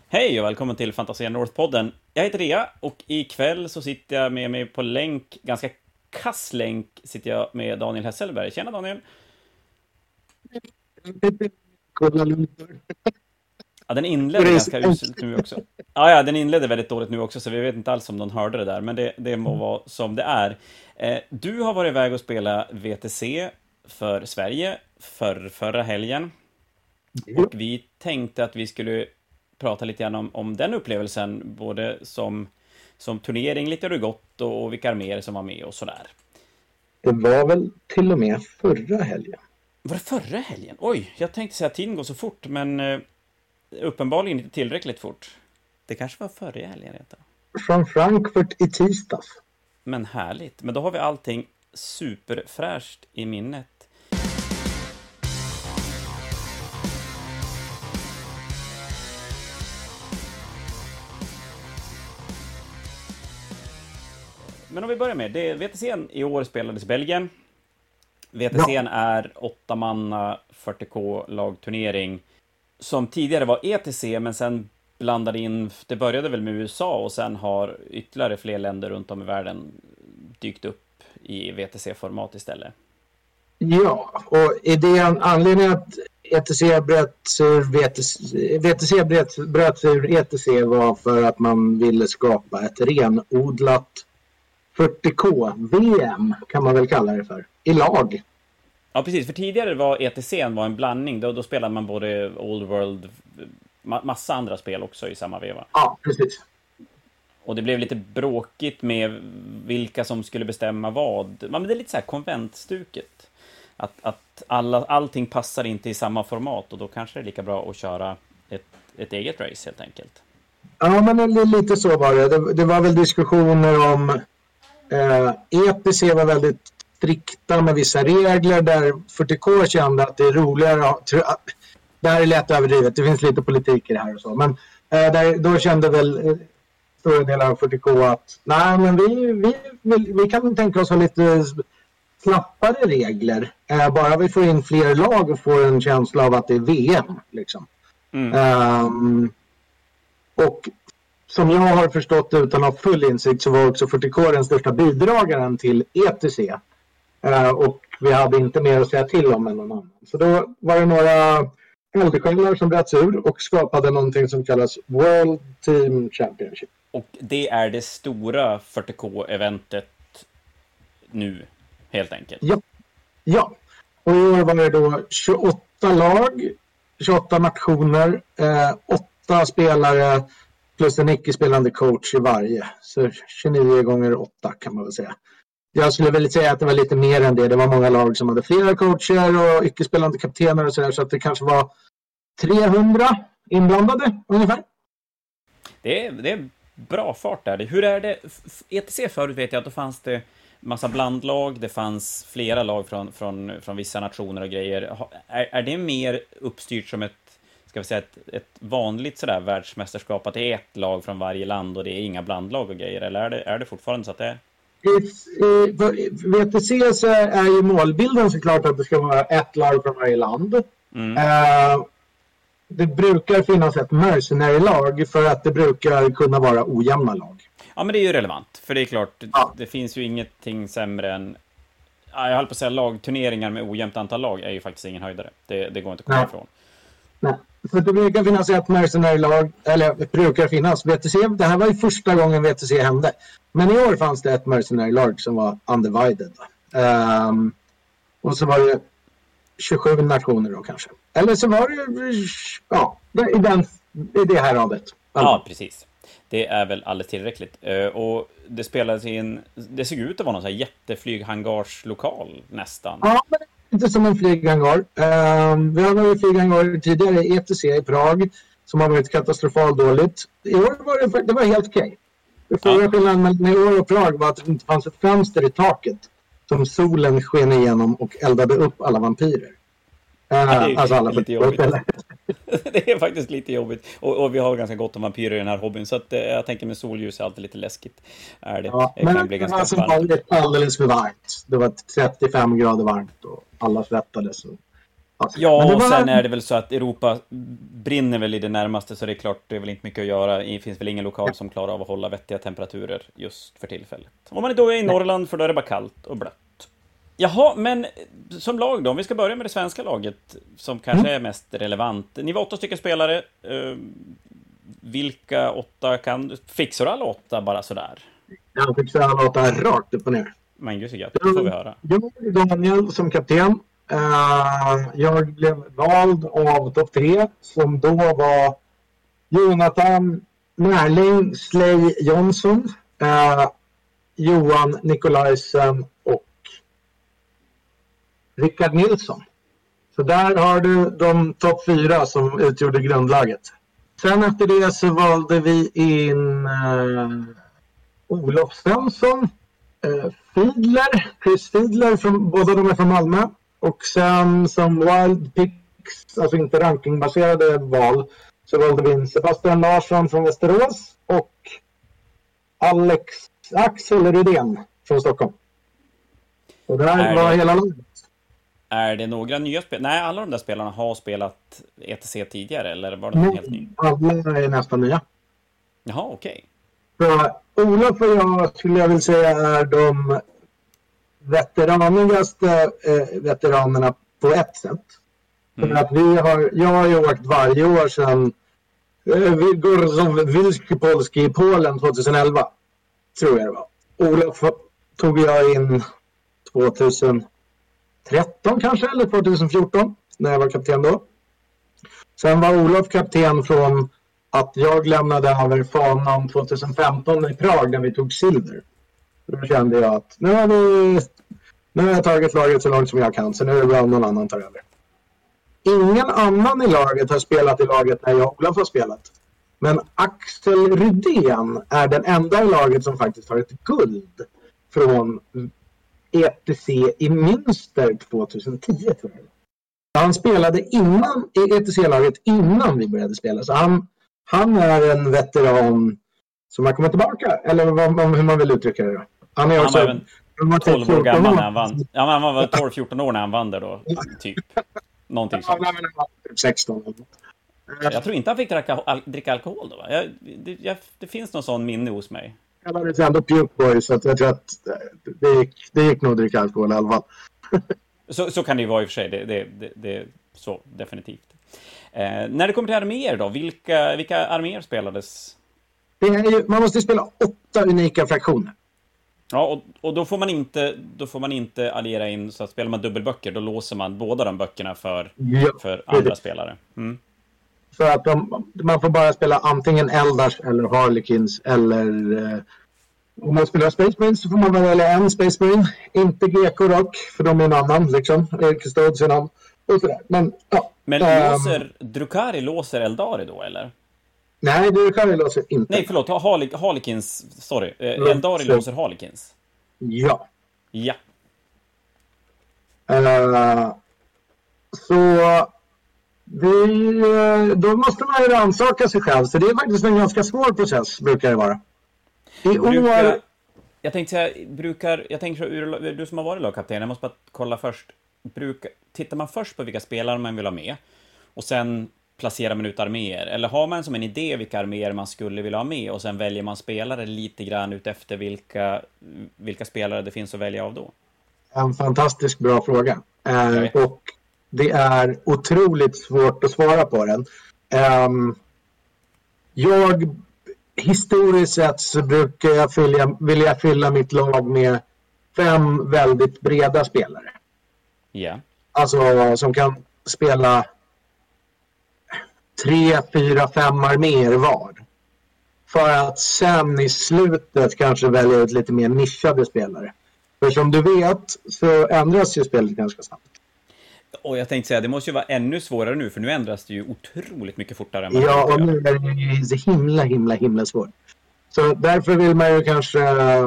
Hej och välkommen till Fantasia North-podden. Jag heter Rea och ikväll så sitter jag med mig på länk, ganska kass länk, sitter jag med Daniel Hesselberg. Tjena Daniel! Kuala Lumpur. Ja, den inledde ganska uselt nu också. Ja, den inledde väldigt dåligt nu också, så vi vet inte alls om de hörde det där, men det må vara som det är. Du har varit iväg och spela VTC för Sverige förra helgen. Och vi tänkte att vi skulle prata lite grann om den upplevelsen, både som turnering, lite hur det gått och vilka arméer som var med och sådär. Det var väl till och med förra helgen. Var det förra helgen? Oj, jag tänkte säga att tiden går så fort, men uppenbarligen inte tillräckligt fort. Det kanske var förra helgen redan. Från Frankfurt i tisdags. Men härligt. Men då har vi allting superfräscht i minnet. Men om vi börjar med det, VTC:n i år spelades i Belgien. VTC:n är 8-manna 40K lagturnering som tidigare var ETC, men sen blandade in, det började väl med USA och sen har ytterligare fler länder runt om i världen dykt upp i VTC-format istället. Ja, och idén, anledningen att VTC bröt ur ETC var för att man ville skapa ett renodlat 40K-VM, kan man väl kalla det för, i lag. Ja, precis. För tidigare var ETC:n var en blandning. Då spelade man både Old World, massa andra spel också i samma veva. Ja, precis. Och det blev lite bråkigt med vilka som skulle bestämma vad. Men det är lite så här konventstuket. Att allting passar inte i samma format, och då kanske det är lika bra att köra ett eget race helt enkelt. Ja, men lite så var det. Det var väl diskussioner om EPC var väldigt strikta med vissa regler, där 40K kände att det är roligare. Det här är lätt överdrivet, det finns lite politik i det här och så. Men då kände väl stora delar av 40K att nej, men vi kan tänka oss ha lite slappare regler. Bara vi får in fler lag och får en känsla av att det är VM. Liksom. Och som jag har förstått utan att ha full insikt, så var också 40K den största bidragaren till ETC. Och vi hade inte mer att säga till om än någon annan. Så då var det några eldsjälar som bröts ur och skapade någonting som kallas World Team Championship. Och det är det stora 40K-eventet nu, helt enkelt. Ja. Och i år var det då 28 lag, 28 nationer, 8 spelare plus en icke-spelande coach i varje. Så 29 gånger 8 kan man väl säga. Jag skulle väl säga att det var lite mer än det. Det var många lag som hade flera coacher och icke-spelande kaptener och sådär. Så att det kanske var 300 inblandade ungefär. Det är bra fart där. Hur är det? ETC förut vet jag att då fanns det massa blandlag. Det fanns flera lag från vissa nationer och grejer. Är det mer uppstyrt som ett vanligt sådär världsmästerskap, att det är ett lag från varje land och det är inga blandlag och grejer, eller är det fortfarande så att det är? VTC så är ju målbilden såklart att det ska vara ett lag från varje land. Det brukar finnas ett mercenary-lag för att det brukar kunna vara ojämna lag. Ja, men det är ju relevant, för det är klart, det finns ju ingenting sämre än, jag höll på att säga, lagturneringar med ojämnt antal lag är ju faktiskt ingen höjdare. Det går inte att komma ifrån. Nej. Så det brukar finnas ett mercenary-lag, eller det brukar finnas. VTC, det här var ju första gången VTC hände. Men i år fanns det ett mercenary-lag som var undivided. Och så var det 27 nationer då kanske. Eller så var det i det här radet. Ja, precis. Det är väl alldeles tillräckligt. Och det spelades det såg ut att vara någon sån här jätteflyghangarslokal nästan. Ja, men inte som en flyghangar. Vi har varit flyghangar tidigare i ETC i Prag som har varit katastrofalt dåligt. I år var det var helt okej. Det förra skillnaden mellan i år och Prag var att det inte fanns ett fönster i taket som solen sken igenom och eldade upp alla vampyrer. Alltså alla lite jobbigt. Det är faktiskt lite jobbigt. Och vi har ganska gott om vampyrer i den här hobbyn. Så att, jag tänker med solljus är alltid lite läskigt. Det men det var alldeles för varmt. Det var 35 grader varmt och alla svettades. Alltså, Ja, och sen är det väl så att Europa brinner väl i det närmaste, så det är klart, det är väl inte mycket att göra. Det finns väl ingen lokal som klarar av att hålla vettiga temperaturer just för tillfället. Om man då är i Norrland, för då är det bara kallt och blött. Jaha, men som lag då, om vi ska börja med det svenska laget, som kanske är mest relevant. Ni var 8 stycken spelare. Vilka 8 fixar du alla 8 bara sådär? Jag fixar alla 8 rakt upp och ner. Men gud så gött, det får vi höra. Jag är Daniel som kapten. Jag blev vald av topp 3 som då var Jonathan Närling, Slay Jonsson, Johan Nikolajsen och Rickard Nilsson. Så där har du de topp 4 som utgjorde grundlaget. Sen efter det så valde vi in Olof Svensson, Chris Fiedler, båda de är från Malmö. Och sen som wild picks, alltså inte rankingbaserade val, så valde vi in Sebastian Larsson från Västerås och Axel Rydén från Stockholm. Och det här var hela laget. Är det några nya spelare? Nej, alla de där spelarna har spelat ETC tidigare, eller var det helt ny? Alla är nästan nya. Jaha, okej. Så Olof och jag skulle jag vilja säga är de veteranigaste veteranerna på ett sätt. För att jag har ju åkt varje år sedan Wilski Polski i Polen 2011, tror jag det var. Olof tog jag in 2013 kanske, eller 2014, när jag var kapten då. Sen var Olof kapten från att jag lämnade över fanan 2015 i Prag när vi tog silver. Då kände jag att nu har jag tagit laget så långt som jag kan, så nu är det bra om någon annan tar över. Ingen annan i laget har spelat i laget när jag och Olof har spelat. Men Axel Rydén är den enda i laget som faktiskt har ett guld från ETC i Münster 2010, tror jag. Han spelade i ETC-laget innan vi började spela. Så han är en veteran som har kommit tillbaka. Eller hur man vill uttrycka det då. Han är också... Han var 12 år gammal när han vann. Ja, men han var 12-14 år när han vann det då, typ. Någonting sånt. Ja, men han var typ 16. Jag tror inte han fick dricka alkohol då, va? Det finns någon sån minne hos mig. Jag var ändå Puke Boy, så att jag tror att det gick nog att dricka alkohol i alla fall. Så kan det ju vara i och för sig. Det är så, definitivt. När det kommer till arméer då, vilka arméer spelades? Man måste spela 8 unika fraktioner. Ja, och då får man inte addera in, så att spelar man dubbelböcker, då låser man båda de böckerna för andra spelare. Mm. Så att man får bara spela antingen Eldars eller Harlequins, eller om man spelar Space Marine så får man välja en Space Marine, inte GK Rock, för de är en annan liksom, Custodes är en annan och sådär. Men Drukari låser Eldari då, eller? Nej, Drukari låser inte. Nej, förlåt, Harlequins, sorry, Eldari låser Harlequins. Ja. Ja. Så då måste man ju rannsaka sig själv, så det är faktiskt en ganska svår process, brukar det vara. Jag tänkte säga, du som har varit lagkapten, jag måste bara kolla först. Tittar man först på vilka spelare man vill ha med, och sen placerar man ut arméer? Eller har man som en idé vilka arméer man skulle vilja ha med, och sen väljer man spelare lite grann ut efter vilka spelare det finns att välja av då? En fantastiskt bra fråga. Och det är otroligt svårt att svara på den. Historiskt sett så brukar jag vilja fylla mitt lag med 5 väldigt breda spelare. Ja. Alltså som kan spela 3, 4, 5 arméer var. För att sen i slutet kanske välja ut lite mer nischade spelare. För som du vet så ändras ju spelet ganska snabbt. Och jag tänkte säga, det måste ju vara ännu svårare nu, för nu ändras det ju otroligt mycket fortare än ja, och nu är det ju så himla svårt. Så därför vill man ju kanske...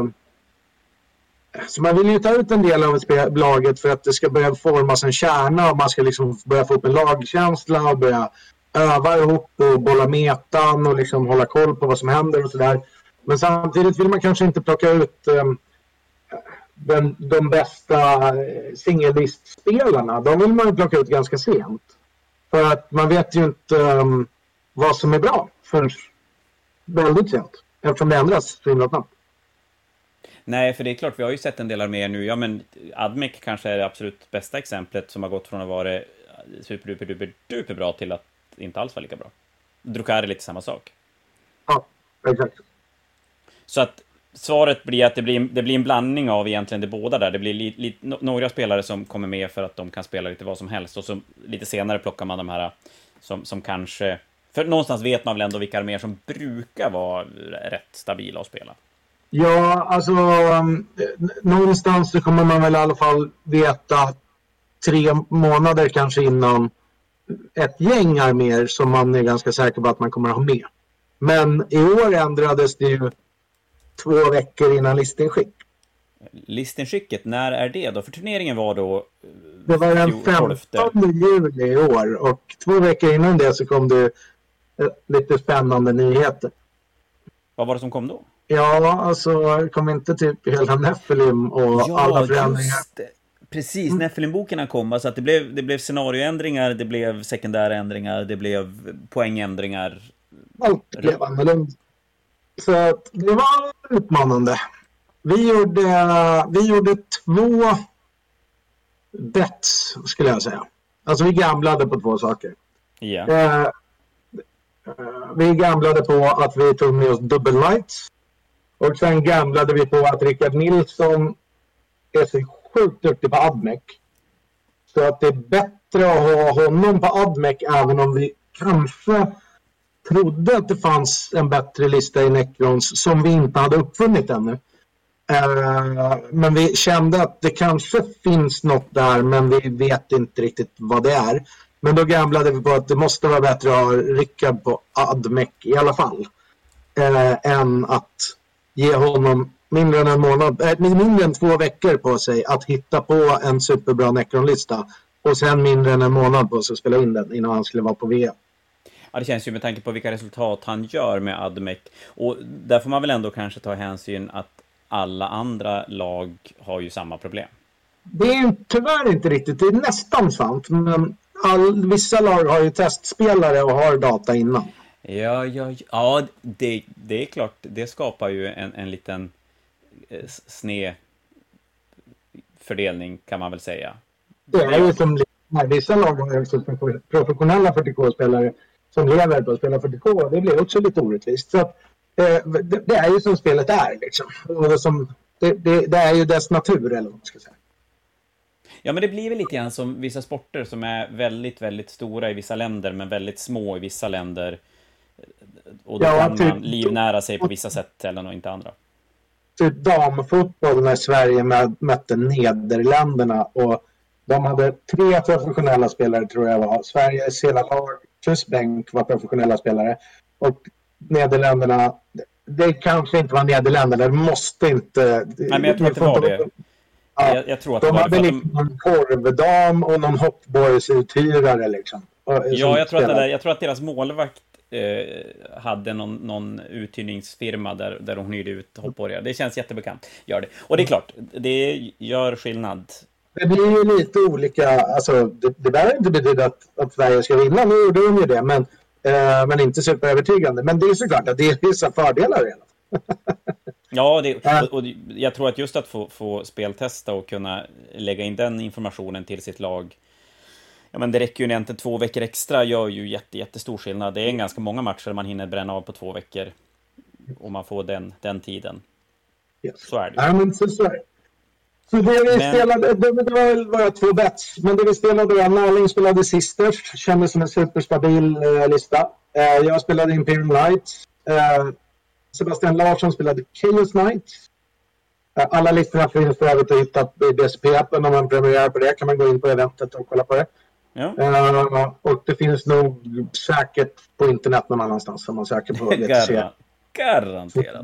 Så man vill ju ta ut en del av laget för att det ska börja formas en kärna, och man ska liksom börja få upp en lagkänsla och börja öva ihop och bolla metan och liksom hålla koll på vad som händer och sådär. Men samtidigt vill man kanske inte plocka ut de bästa singellistspelarna, de vill man ju plocka ut ganska sent. För att man vet ju inte vad som är bra förrän väldigt sent. Eftersom det ändras så himla snabbt. Nej, för det är klart, vi har ju sett en del arméer nu. Ja, men Admec kanske är det absolut bästa exemplet som har gått från att vara super bra till att inte alls vara lika bra. Drukhari är lite samma sak. Ja, exakt. Så att svaret blir att det blir en blandning av egentligen det båda där. Det blir några spelare som kommer med för att de kan spela lite vad som helst. Och så lite senare plockar man de här som kanske... För någonstans vet man väl ändå vilka arméer som brukar vara rätt stabila att spela. Ja, alltså någonstans så kommer man väl i alla fall veta 3 månader kanske innan ett gäng arméer som man är ganska säker på att man kommer att ha med. Men i år ändrades det ju 2 veckor innan listinskick. Listinskicket, när är det då? För turneringen var då... Det var den 15 juli i år och 2 veckor innan det så kom det lite spännande nyheter. Vad var det som kom då? Ja, alltså kom inte typ hela Nephilim och alla förändringar. Precis, Nephilim-boken kom. Alltså att det blev scenarioändringar, det blev sekundära ändringar, det blev poängändringar. Allt blev annorlunda. Så att det var utmanande. Vi gjorde 2 bets, skulle jag säga. Alltså vi gamblade på 2 saker. Ja. Vi gamblade på att vi tog med oss Double Knights. Och sen gamblade vi på att Rickard Nilsson är så sjukt duktig på Admec. Så att det är bättre att ha honom på Admec även om vi kanske trodde att det fanns en bättre lista i Necrons som vi inte hade uppfunnit ännu. Men vi kände att det kanske finns något där men vi vet inte riktigt vad det är. Men då gamblade vi på att det måste vara bättre att ha Rickard på Admec i alla fall. Än att ge honom mindre än 2 veckor på sig att hitta på en superbra Necron-lista och sen mindre än en månad på sig att spela in den innan han skulle vara på VM. Ja, det känns ju med tanke på vilka resultat han gör med Admec. Och där får man väl ändå kanske ta hänsyn att alla andra lag har ju samma problem. Det är tyvärr inte riktigt, det är nästan sant, men vissa lag har ju testspelare och har data innan. Ja, det är klart, det skapar ju en liten sned fördelning kan man väl säga. Det är ju som vissa lag har också professionella 40K-spelare som lever på att spela 40K. Det blir också lite orättvist. Så att, det är ju som spelet är liksom. Det är ju dess natur eller vad man ska säga. Ja, men det blir väl lite grann som vissa sporter som är väldigt, väldigt stora i vissa länder men väldigt små i vissa länder. Och då kan man livnära sig på vissa sätt eller inte andra. Typ damfotboll när Sverige mötte Nederländerna och de hade 3 professionella spelare tror jag var. Sveriges hela lag plus bänk var professionella spelare. Och Nederländerna, det kanske inte var Nederländerna, det måste inte... Nej, men jag tror att det var det. Ja, jag tror att de hade liksom någon korvdam och någon hoppborgsuthyrare liksom. Ja, jag tror att deras målvakt hade någon uthyrningsfirma där de hyrde ut hoppborgare. Det känns jättebekant. Gör det. Och det är klart, det gör skillnad. Det blir ju lite olika, alltså det behöver inte betyda att Sverige ska vinna, nu gjorde de ju det, men inte superövertygande. Men det är såklart att det är vissa fördelar redan. Ja, och jag tror att just att få speltesta och kunna lägga in den informationen till sitt lag. Ja, men det räcker ju egentligen 2 veckor extra gör ju jättestor skillnad. Det är ganska många matcher man hinner bränna av på 2 veckor. Och man får den tiden. Yes. Så är det. Ja, men så är det. Så det vi spelade, det var bara 2 bets. Men det vi spelade var Närling spelade Sisters. Kändes som en superstabil lista. Jag spelade Imperial Knights. Sebastian Larsson spelade Chaos Knights. Alla listorna finns för övrigt att hitta i BSP-appen. Om man prenumererar på det kan man gå in på eventet och kolla på det. Ja. Och det finns nog säkert på internet någon annanstans om man söker på VTC. Garanterat.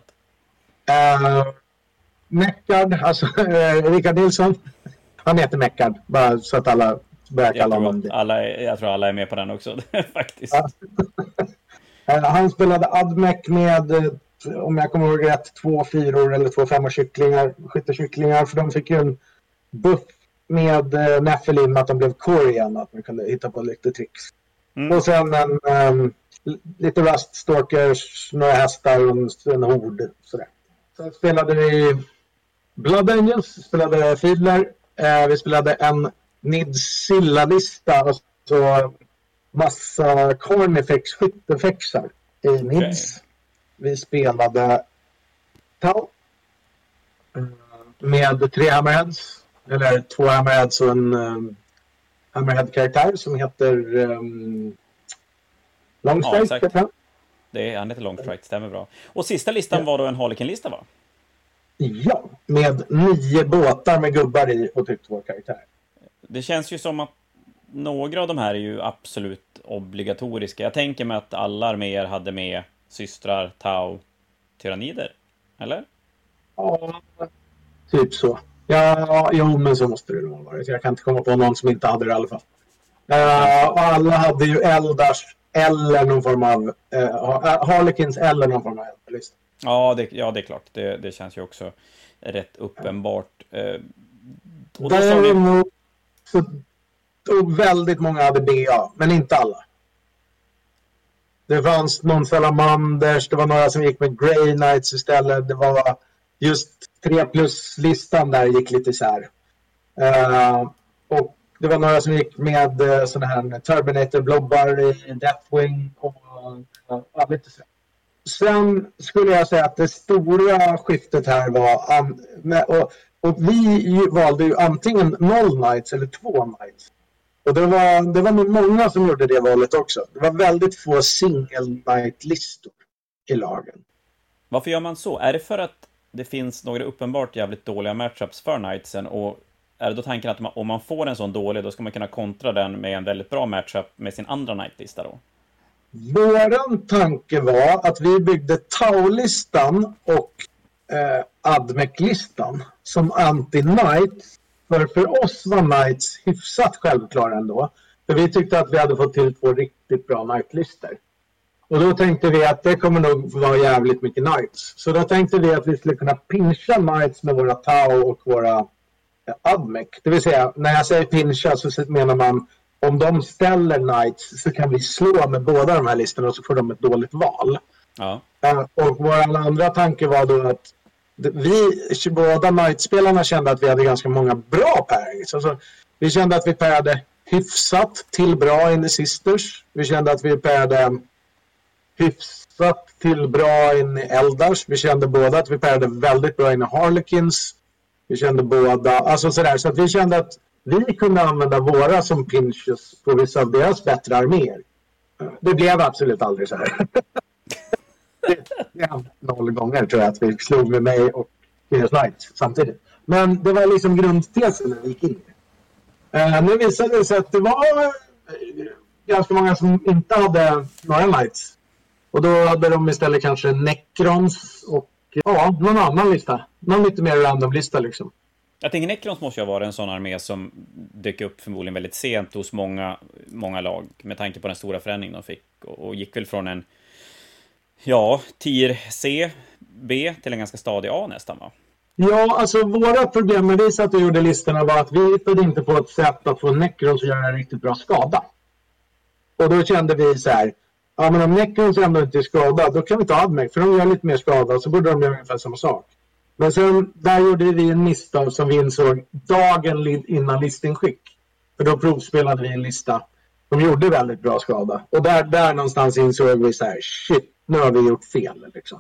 Meckard, alltså Rickard Nilsson. Han heter Meckard, bara så att alla börjar kalla honom det. Jag tror alla är med på den också, faktiskt. Han spelade Admec med om jag kommer ihåg rätt, 2 4 eller 2 5 skyttekycklingar, för de fick ju en buff med Nephilim med att de blev core igen, att man kunde hitta på lite tricks. Och sen lite Rust Stalkers, några hästar och en hord. Sådär. Sen spelade vi Blood Angels, spelade Fiedler. Vi spelade en Nidzilla-lista, alltså massa Carnifex skyttefexar i Nids. Vi spelade Tau med 3 Hammerheads, eller 2 Hammerheads och en Hammerhead-karaktär som heter Longstrike. Ja, han heter Longstrike, stämmer bra. Och sista listan var då en Harlequin-lista, va? Ja, med 9 båtar med gubbar i och typ 2 karaktärer. Det känns ju som att några av de här är ju absolut obligatoriska. Jag tänker mig att alla arméer hade med systrar, Tau, tyrannider, eller? Ja, typ så. Ja, jo, men så måste det nog vara. Jag kan inte komma på någon som inte hade det i alla fall. Och alla hade ju Eldars eller någon form av Harlequins eller någon form av Eldarlista. Ja, det är klart. Det känns ju också rätt uppenbart. Och då sa ni... Och väldigt många hade BA, men inte alla. Det fanns någon Salamanders, det var några som gick med Grey Knights istället. Det var just 3+-listan där gick lite isär. Och det var några som gick med såna här Turbinator-blobbar i Deathwing och lite så. Sen skulle jag säga att det stora skiftet här var och vi valde ju antingen 0 Knights eller 2 Knights. Och det var nog många som gjorde det valet också. Det var väldigt få single Knight-listor i lagen. Varför gör man så? Är det för att det finns några uppenbart jävligt dåliga matchups för Knightsen, och är det då tanken att om man får en sån dålig, då ska man kunna kontra den med en väldigt bra matchup med sin andra Knight-lista då? Våran tanke var att vi byggde Tau-listan och Admec-listan som anti-Knights. För oss var Knights hyfsat självklara ändå. För vi tyckte att vi hade fått till 2 riktigt bra Knight-listor. Och då tänkte vi att det kommer nog vara jävligt mycket Knights. Så då tänkte vi att vi skulle kunna pincha Knights med våra Tau och våra Admec. Det vill säga, när jag säger pincha så menar man om de ställer Knights så kan vi slå med båda de här listorna och så får de ett dåligt val. Ja. Och vår andra tanke var då att båda Knight-spelarna kände att vi hade ganska många bra pairings. Alltså, vi kände att vi pairade hyfsat till bra in i Sisters. Vi kände att vi pairade hyfsat till bra in i Eldars. Vi kände båda att vi pairade väldigt bra in i Harlequins. Vi kände båda, alltså sådär. Så att vi kände att vi kunde använda våra som pinches på vissa av deras bättre arméer. Det blev absolut aldrig så här. Det 0 gånger tror jag att vi slog med mig och Kyrus Knight samtidigt. Men det var liksom grundtesen när vi gick in. Nu visade det sig att det var ganska många som inte hade några Knights. Och då hade de istället kanske Necrons och någon annan lista. Någon lite mer random lista liksom. Jag tänker Necrons måste ju vara en sån armé som dök upp förmodligen väldigt sent hos många lag med tanke på den stora förändringen de fick. Och gick väl från en tier C, B till en ganska stadig A nästan, va? Ja, alltså våra problem med vi satt och gjorde listorna var att vi hittade inte på ett sätt att få Necrons att göra en riktigt bra skada. Och då kände vi så här, ja men om Necrons ändå inte är skadad, då kan vi ta Admec, för de gör lite mer skada, så borde de göra ungefär samma sak. Men sen, där gjorde vi en misstag som vi insåg dagen innan listingskick. För då provspelade vi en lista som gjorde väldigt bra skada. Och där någonstans insåg vi så här, shit, nu har vi gjort fel liksom.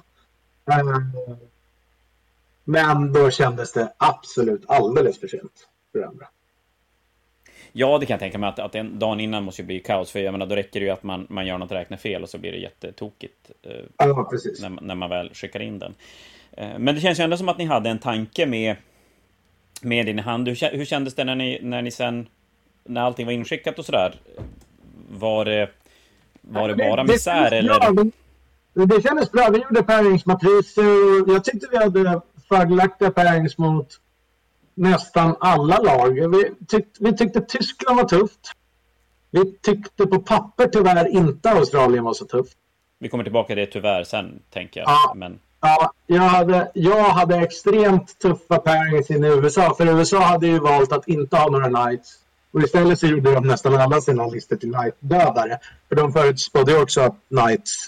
Men då kändes det absolut alldeles för sent för andra. Ja, det kan jag tänka mig att en dagen innan måste ju bli kaos. För jag menar, då räcker det ju att man gör något räknefel och så blir det jättetokigt ja, precis. När man väl skickar in den. Men det känns ju ändå som att ni hade en tanke med din hand. Hur kändes det när ni sen, när allting var inskickat och sådär? Var det bara misär eller? Det kändes bra. Vi gjorde pairingsmatriser. Jag tyckte vi hade fördelaktiga pairings mot nästan alla lag. Vi tyckte Tyskland var tufft. Vi tyckte på papper tyvärr inte Australien var så tufft. Vi kommer tillbaka till det tyvärr sen, tänker jag. Ja, Ja, jag hade extremt tuffa pairings in i USA. För USA hade ju valt att inte ha några Knights. Och istället så gjorde de nästan alla sina listor till Knight-dödare. För de förutspådde ju också att Knights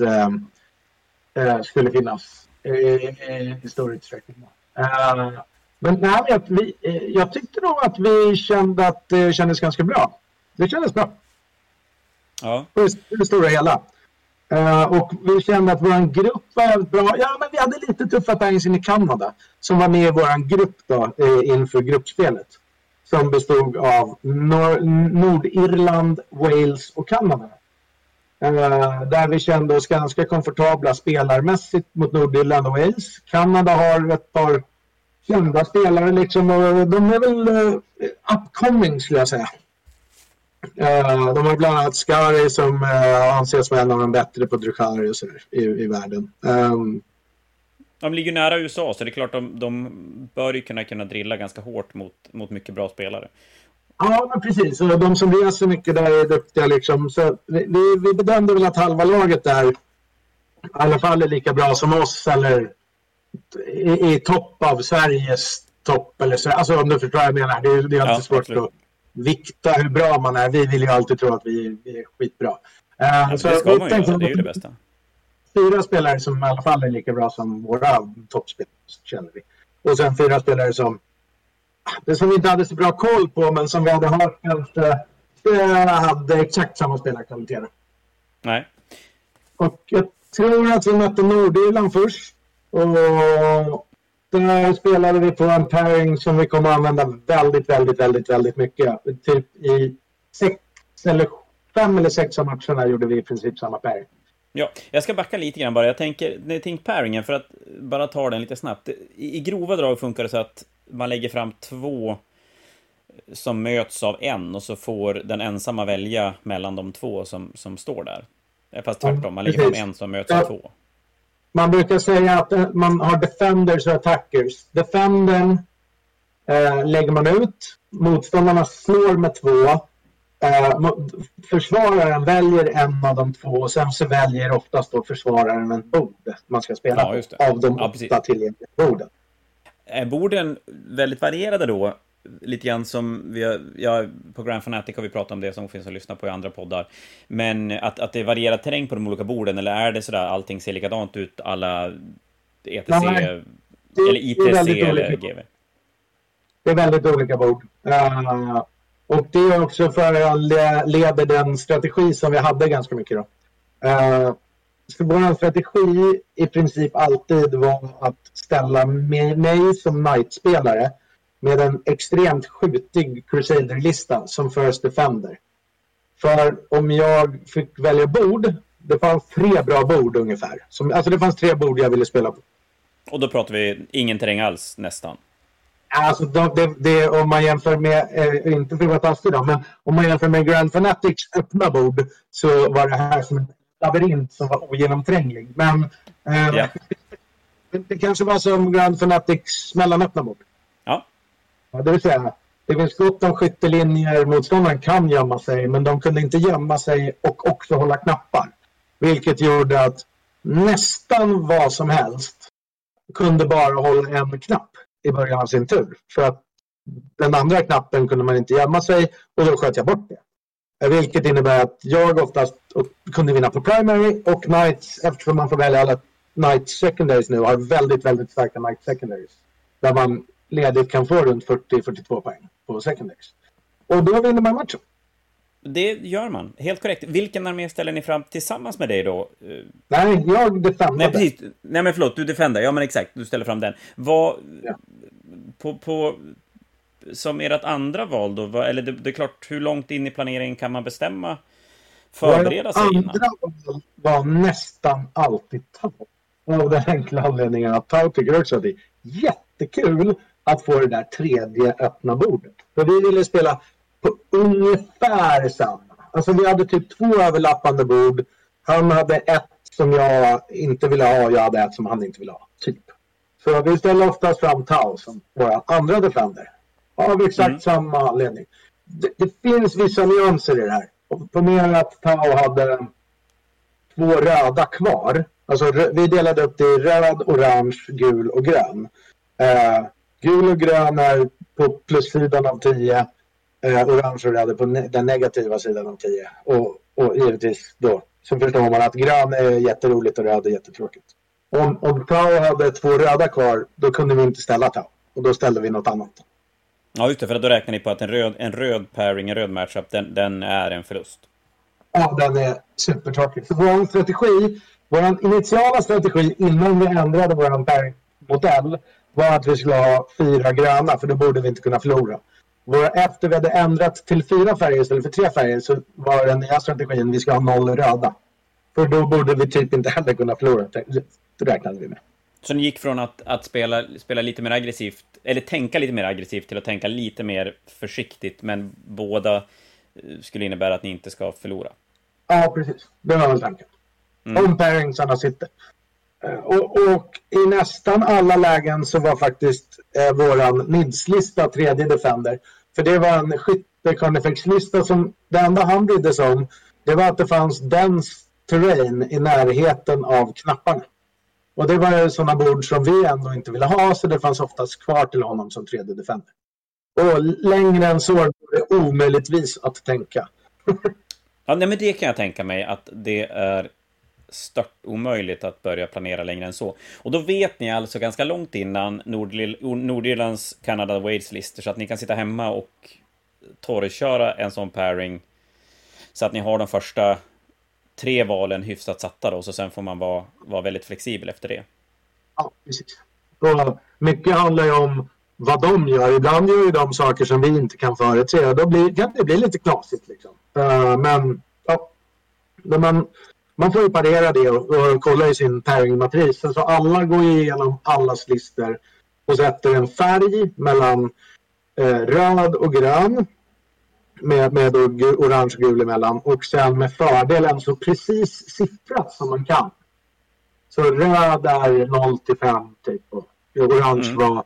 skulle finnas i stor utsträckning. Men nej, jag tyckte nog att vi kände att det kändes ganska bra. Det kändes bra. Ja. På det stora hela. Och vi kände att vår grupp var bra. Ja, men vi hade lite tuffa pairings in i Kanada. Som var med i vår grupp då, inför gruppspelet. Som bestod av Nordirland, Wales och Kanada. Där vi kände oss ganska komfortabla spelarmässigt mot Nordirland och Wales. Kanada har ett par kända spelare liksom, och de är väl upcoming skulle jag säga. De har bland annat Skari som anses vara en av de bättre på Drukhari och så i världen. De ligger nära USA, så det är klart de bör ju kunna drilla ganska hårt mot mycket bra spelare. Ja, men precis. Och de som reser mycket där är duktiga liksom. Så vi bedömde väl att halva laget där i alla fall är lika bra som oss, eller i topp av Sveriges topp. Eller så. Alltså om du förstår vad jag menar. Det är alltid svårt absolut. Att vikta hur bra man är. Vi vill ju alltid tro att vi är skitbra. Så det ska man ju, det är ju det bästa. 4 spelare som i alla fall är lika bra som våra toppspelare, känner vi. Och sen 4 spelare som vi inte hade så bra koll på, men som vi hade hört kanske hade exakt samma spelarkvaliteter. Nej. Och jag tror att vi mötte Nordirland först. Och där spelade vi på en pairing som vi kommer att använda väldigt mycket. Typ i 5 eller 6 av matcherna gjorde vi i princip samma pairing. Ja, jag ska backa lite grann bara. Jag tänker pairingen, för att bara ta den lite snabbt. I grova drag funkar det så att man lägger fram 2 som möts av en, och så får den ensamma välja mellan de 2 som står där. Fast tvärtom, man lägger fram en som möts av 2. Man brukar säga att man har defenders och attackers. Defendern lägger man ut. Motståndarna slår med 2. Försvararen väljer en av de 2, och sen så väljer oftast då försvararen en bord man ska spela på, av de 8 tillgängliga borden. Är borden väldigt varierade då? Lite grann som på Grand Fanatic har vi pratat om det, som finns att lyssna på i andra poddar. Men att det varierar terräng på de olika borden, eller är det sådär allting ser likadant ut, alla ETC eller ITC eller GV? Det är väldigt olika bord. Och det är också för att leda den strategi som vi hade ganska mycket då. Så vår strategi i princip alltid var att ställa mig som Knight-spelare med en extremt skjutig Crusader-lista som First Defender. För om jag fick välja bord, det fanns 3 bra bord ungefär. Alltså det fanns 3 bord jag ville spela på. Och då pratar vi ingen terräng alls nästan. Alltså det om man jämför med, inte för att vara taskig då, men om man jämför med Grand Fanatics öppna bord, så var det här som en labyrint som var ogenomtränglig. Men det kanske var som Grand Fanatics mellanöppna bord. Ja. Det vill säga, det finns gott om skyttelinjer, motståndaren kan gömma sig, men de kunde inte gömma sig och också hålla knappar. Vilket gjorde att nästan vad som helst kunde bara hålla en knapp i början av sin tur. För att den andra knappen kunde man inte gömma sig, och då sköt jag bort det. Vilket innebär att jag oftast kunde vinna på primary, och Knights, eftersom man får välja alla Knight secondaries nu, har väldigt starka Knight secondaries. Där man ledigt kan få runt 40-42 poäng på secondaries. Och då vinner man matchen. Det gör man, helt korrekt. Vilken armé ställer ni fram tillsammans med dig då? Nej, jag defendade. Nej, precis. Nej, men förlåt, du defender. Ja, men exakt, du ställer fram den. Vad på som ert andra val då? Eller det är klart, hur långt in i planeringen kan man förbereda sig innan? Andra val var nästan alltid Tau. Av den enkla anledningen att Tau tycker också att det är jättekul att få det där 3:e öppna bordet. För vi ville spela på ungefär samma. Alltså vi hade typ 2 överlappande bord. Han hade ett som jag inte ville ha, jag hade ett som han inte ville ha. Typ. Så vi ställer oftast fram Tau som våra andra defender. Av exakt samma anledning. Det finns vissa nyanser i det här. Ponera att Tau hade 2 röda kvar. Alltså vi delade upp det i röd, orange, gul och grön. Gul och grön är på plussidan av 10. Orange och röd är på den negativa sidan av 10. Och givetvis då så förstår man att grön är jätteroligt och röd är jättetråkigt. Om Tau hade 2 röda kvar, då kunde vi inte ställa Tau. Och då ställde vi något annat. Ja, just det, för då räknar ni på att en röd pairing, en röd matchup, den är en förlust. Ja, den är supertråkig. Så vår initiala strategi innan vi ändrade vår pairing-modell var att vi skulle ha 4 gröna, för då borde vi inte kunna förlora. Efter vi hade ändrat till 4 färger istället för 3 färger så var den nya strategin vi ska ha 0 röda. För då borde vi typ inte heller kunna förlora. Det räknade vi med. Så ni gick från att spela lite mer aggressivt, eller tänka lite mer aggressivt, till att tänka lite mer försiktigt, men båda skulle innebära att ni inte ska förlora. Ja, precis. Det var väl tanken. Om pairingsarna sitter. Och i nästan alla lägen så var faktiskt våran NIDS-lista tredje defender. För det var en skytte-carnifex-lista som det enda han brydde sig om, det var att det fanns dense terrain i närheten av knapparna. Och det var sådana bord som vi ändå inte ville ha, så det fanns oftast kvar till honom som tredje defender. Och längre än så var det omöjligtvis att tänka. Ja, nej, men det kan jag tänka mig att det är stört omöjligt att börja planera längre än så. Och då vet ni alltså ganska långt innan Nordirlands Canada Wales-listor, så att ni kan sitta hemma och torrköra en sån pairing så att ni har de första 3 valen hyfsat satta då, så sen får man vara väldigt flexibel efter det. Ja, precis. Och mycket handlar ju om vad de gör. Ibland gör ju de saker som vi inte kan förutse, och då kan det bli lite knasigt liksom. Men ja, man får ju parera det och kolla i sin pairing-matris. Så alla går igenom allas listor och sätter en färg mellan röd och grön med orange och gul emellan, och sen med fördelen så precis siffrat som man kan. Så röd är 0 till 5 typ, och orange var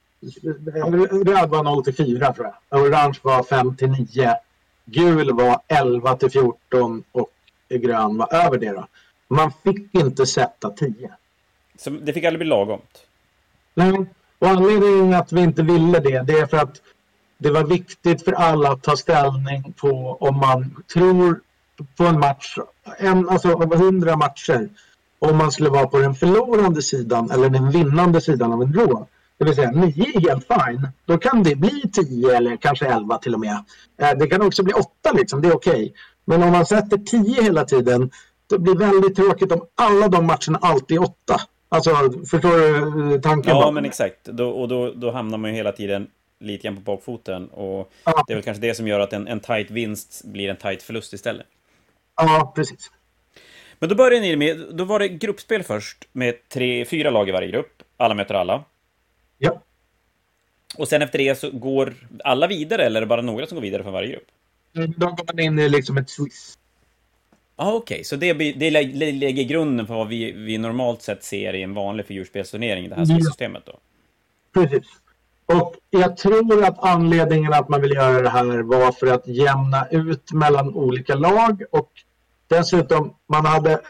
röd var 0 till 4 tror jag. Orange var 5 till 9. Gul var 11 till 14 och grön var över det då. Man fick inte sätta 10. Så det fick aldrig bli lagomt? Nej, och anledningen att vi inte ville det är för att det var viktigt för alla att ta ställning på om man tror på en match, alltså av 100 matcher, om man skulle vara på den förlorande sidan eller den vinnande sidan av en draw. Det vill säga 9 är helt fine. Då kan det bli 10 eller kanske 11 till och med. Det kan också bli 8 liksom, det är okej. Men om man sätter 10 hela tiden, det blir väldigt tråkigt om alla de matcherna alltid är 8. Alltså, förstår du tanken? Ja, men exakt. Då hamnar man ju hela tiden lite grann på bakfoten. Och det är väl kanske det som gör att en tight vinst blir en tight förlust istället. Ja, precis. Men då började ni med, då var det gruppspel först med 4 lag i varje grupp. Alla möter alla. Ja. Och sen efter det så går alla vidare, eller är det bara några som går vidare från varje grupp? Då går man in i liksom ett Swiss. Okej. Så det lägger grunden för vad vi normalt sett ser i en vanlig figurspelsturnering i det här systemet då. Precis. Och jag tror att anledningen att man vill göra det här var för att jämna ut mellan olika lag, och dessutom man hade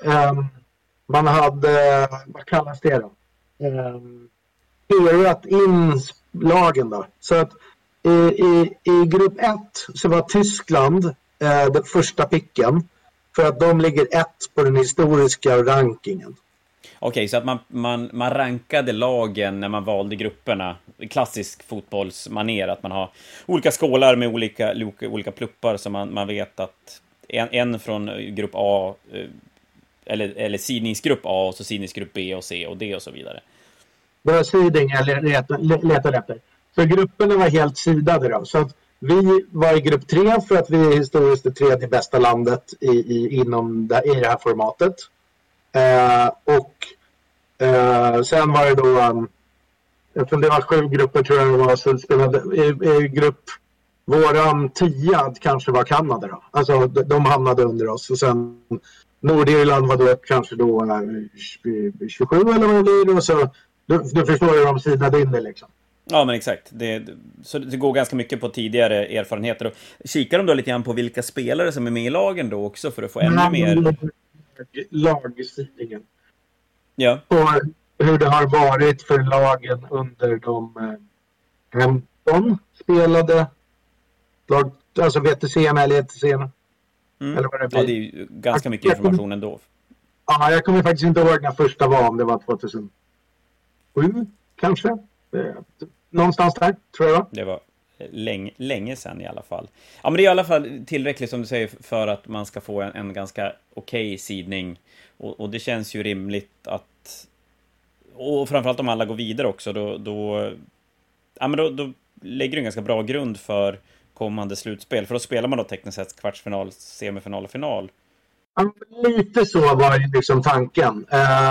vad kallas det då? Herat in lagen då. Så att i grupp 1 så var Tyskland den första picken, för att de ligger 1 på den historiska rankingen. Okej, så att man rankade lagen när man valde grupperna. Klassisk fotbollsmanér, att man har olika skålar med olika pluppar, så man vet att en från grupp A eller sidningsgrupp A och så sidningsgrupp B och C och D och så vidare. Det var siding eller letade efter. Så grupperna var helt sidade då. Så att vi var i grupp 3 för att vi är historiskt det 3:e bästa landet i det här formatet. Sen var det då, eftersom det var 7 grupper tror jag det var, så spelade i grupp våran 10 kanske var Kanada då. Alltså de hamnade under oss, och sen Nordirland var då kanske då 27 eller vad det blir, och så du förstår ju de sidade in det liksom. Ja, men exakt. Så det går ganska mycket på tidigare erfarenheter. Och kikar de då lite grann på vilka spelare som är med i lagen då också, för att få ännu mer... Lagsidningen. Ja. på hur det har varit för lagen under de 15 spelade lag, alltså VTC eller ETC. Eller vad det blir. Ja, det är ju ganska mycket information ändå. Ja, jag kommer faktiskt inte ihåg när första var, om det var 2007 kanske. Någonstans där, tror jag. Det var länge sedan i alla fall. Ja, men det är i alla fall tillräckligt som du säger för att man ska få en ganska okej sidning. Och det känns ju rimligt att... Och framförallt om alla går vidare också, då lägger du en ganska bra grund för kommande slutspel. För då spelar man då tekniskt sett kvartsfinal, semifinal och final. Ja, lite så var ju liksom tanken.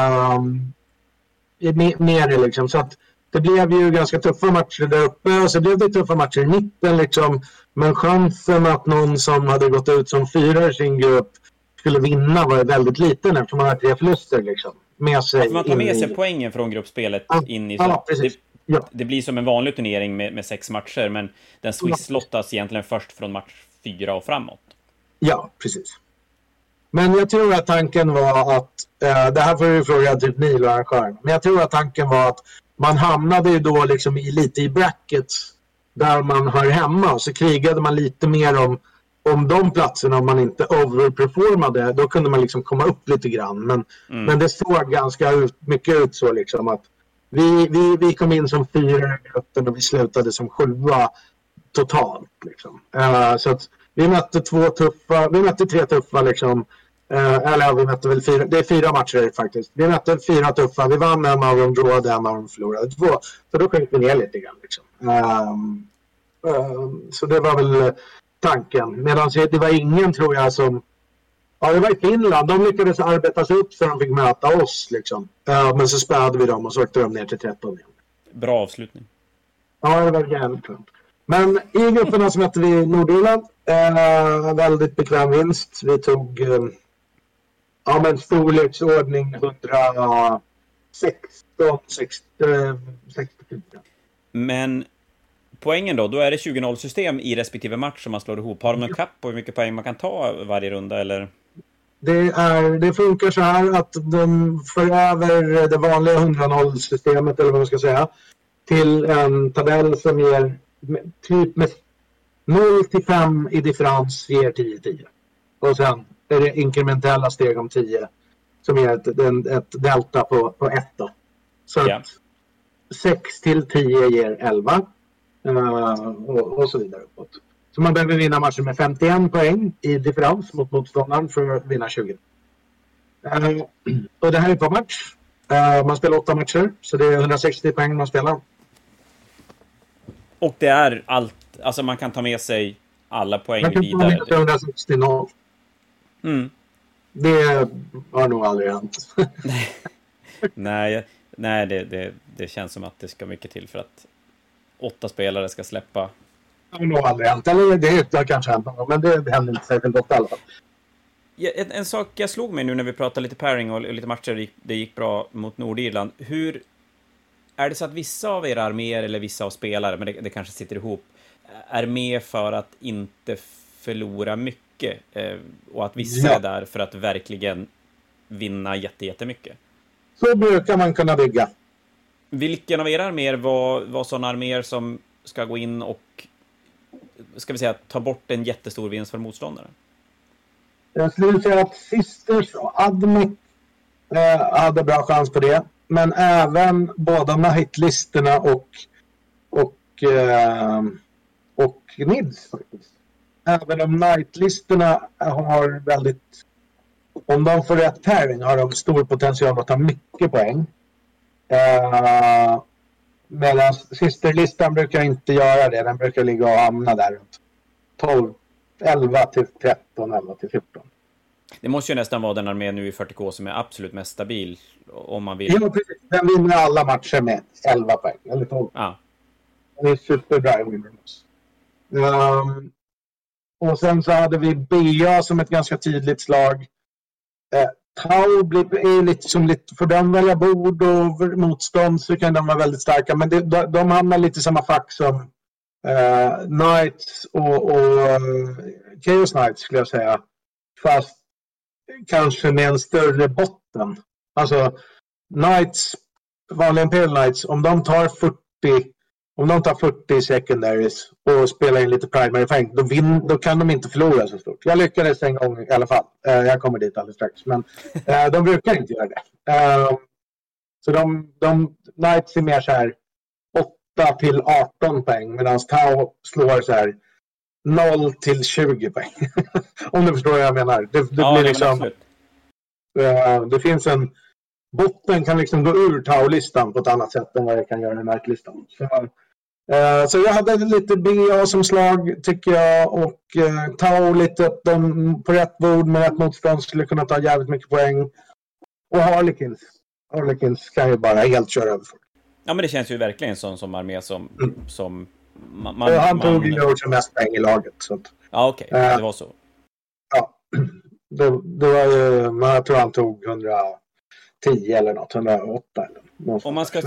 Mer liksom. Så att det blev ju ganska tuffa matcher där uppe. Och så blev det tuffa matcher i mitten liksom. Men chansen att någon som hade gått ut som 4 i sin grupp skulle vinna var väldigt liten, eftersom man hade 3 förluster liksom. Med sig att man tar med sig poängen från gruppspelet in i... Ja, precis. Ja. Det blir som en vanlig turnering med 6 matcher, men den swisslottas egentligen först från match 4 och framåt. Ja, precis. Men jag tror att tanken var att, det här får du fråga typ Neil och arrangören, men jag tror att tanken var att man hamnade ju då liksom lite i brackets där man hör hemma, och så krigade man lite mer om de platserna. Om man inte overperformade, då kunde man liksom komma upp lite grann. Men det såg ganska mycket ut så liksom att vi kom in som 4 i gruppen och vi slutade som 7 totalt liksom. Så att vi mötte 3 tuffa liksom. Eller vi mötte väl 4, det är 4 matcher faktiskt. Vi mötte 4 tuffa, vi vann en av dem, dråde en av dem, förlorade 2. Så då sjönk vi ner lite grann liksom. Så det var väl tanken. Medan det var ingen, tror jag, som... Ja, det var i Finland. De lyckades arbeta sig upp så de fick möta oss liksom. Men så spärrade vi dem och så åkte de ner till 13 igen. Bra avslutning. Ja, det var jävligt skönt. Men i grupperna så mötte vi Nordirland. Väldigt bekväm vinst. Vi tog storleksordning 116, 60. Men poängen då är det 20-0-system i respektive match som man slår ihop. Har de någon kapp på hur mycket poäng man kan ta varje runda, eller? Det funkar så här att de för över det vanliga 100-0-systemet, eller vad man ska säga, till en tabell som ger typ med 0-5 i differens ger 10-10. Och sen är det inkrementella steg om 10 som ger ett delta på 1 då. Så att 6-10 ger 11 och så vidare uppåt. Så man behöver vinna matchen med 51 poäng i differens mot motståndaren för att vinna 20. Och det här är på match. Man spelar 8 matcher, så det är 160 poäng man spelar. Och det är allt, alltså man kan ta med sig alla poäng vidare. Man kan ta med sig 160-0. Det har nog aldrig hänt. Nej, det känns som att det ska mycket till för att 8 spelare ska släppa. Det har nog aldrig hänt. Eller det har kanske hänt, men det händer inte särskilt ofta i alla fall. Ja, en sak jag slog mig nu när vi pratade lite pairing och lite matcher, det gick bra mot Nordirland. Hur är det så att vissa av era arméer eller vissa av spelare, men det kanske sitter ihop, är med för att inte förlora mycket och att vissa är där för att verkligen vinna jättemycket? Så brukar man kunna bygga. Vilken av era arméer var sådana arméer som ska gå in och, ska vi säga, ta bort en jättestor vinst för motståndaren? Jag skulle säga att Sisters och Admec hade bra chans på det. Men även båda Night-listorna och Nids faktiskt. Även om Night-listorna har väldigt... Om de får rätt pairing har de stor potential att ta mycket poäng. Medan Sister-listan brukar inte göra det. Den brukar ligga och hamna där runt 12, 11 till 13, 11 till 14. Det måste ju nästan vara den armén nu i 40K som är absolut mest stabil om man vill. Ja, precis. Den vinner alla matcher med 11 poäng. Eller 12. Ja. Den är superbra i Winnermouse. Och sen så hade vi BA som ett ganska tydligt slag. Tau är lite som lite, för den välja bord och motstånd så kan de vara väldigt starka. Men de hamnar lite i samma fack som Knights och Chaos Knights skulle jag säga. Fast kanske med en större botten. Alltså Knights, vanliga Imperial Knights, om de tar 40 secondaries och spelar in lite primary poäng, då kan de inte förlora så stort. Jag lyckades en gång i alla fall. Jag kommer dit alldeles strax. Men de brukar inte göra det. Så de Knights är mer så här 8 till 18 poäng, medan Tau slår så här 0 till 20 poäng. Om du förstår vad jag menar. Det blir liksom... det finns en... Botten kan liksom gå ur Tau-listan på ett annat sätt än vad jag kan göra i Knight-listan. Så jag hade lite BA som slag, tycker jag, och Tau lite att de på rätt bord med rätt motstånd skulle kunna ta jävligt mycket poäng. Och Harlequins kan ju bara helt köra över folk. Ja, men det känns ju verkligen som armé som han tog ju också mest poäng i laget. Så att, ja, okej. Det var så. Ja, det var ju, jag tror han tog 110 eller något, 108 eller något. Om man ska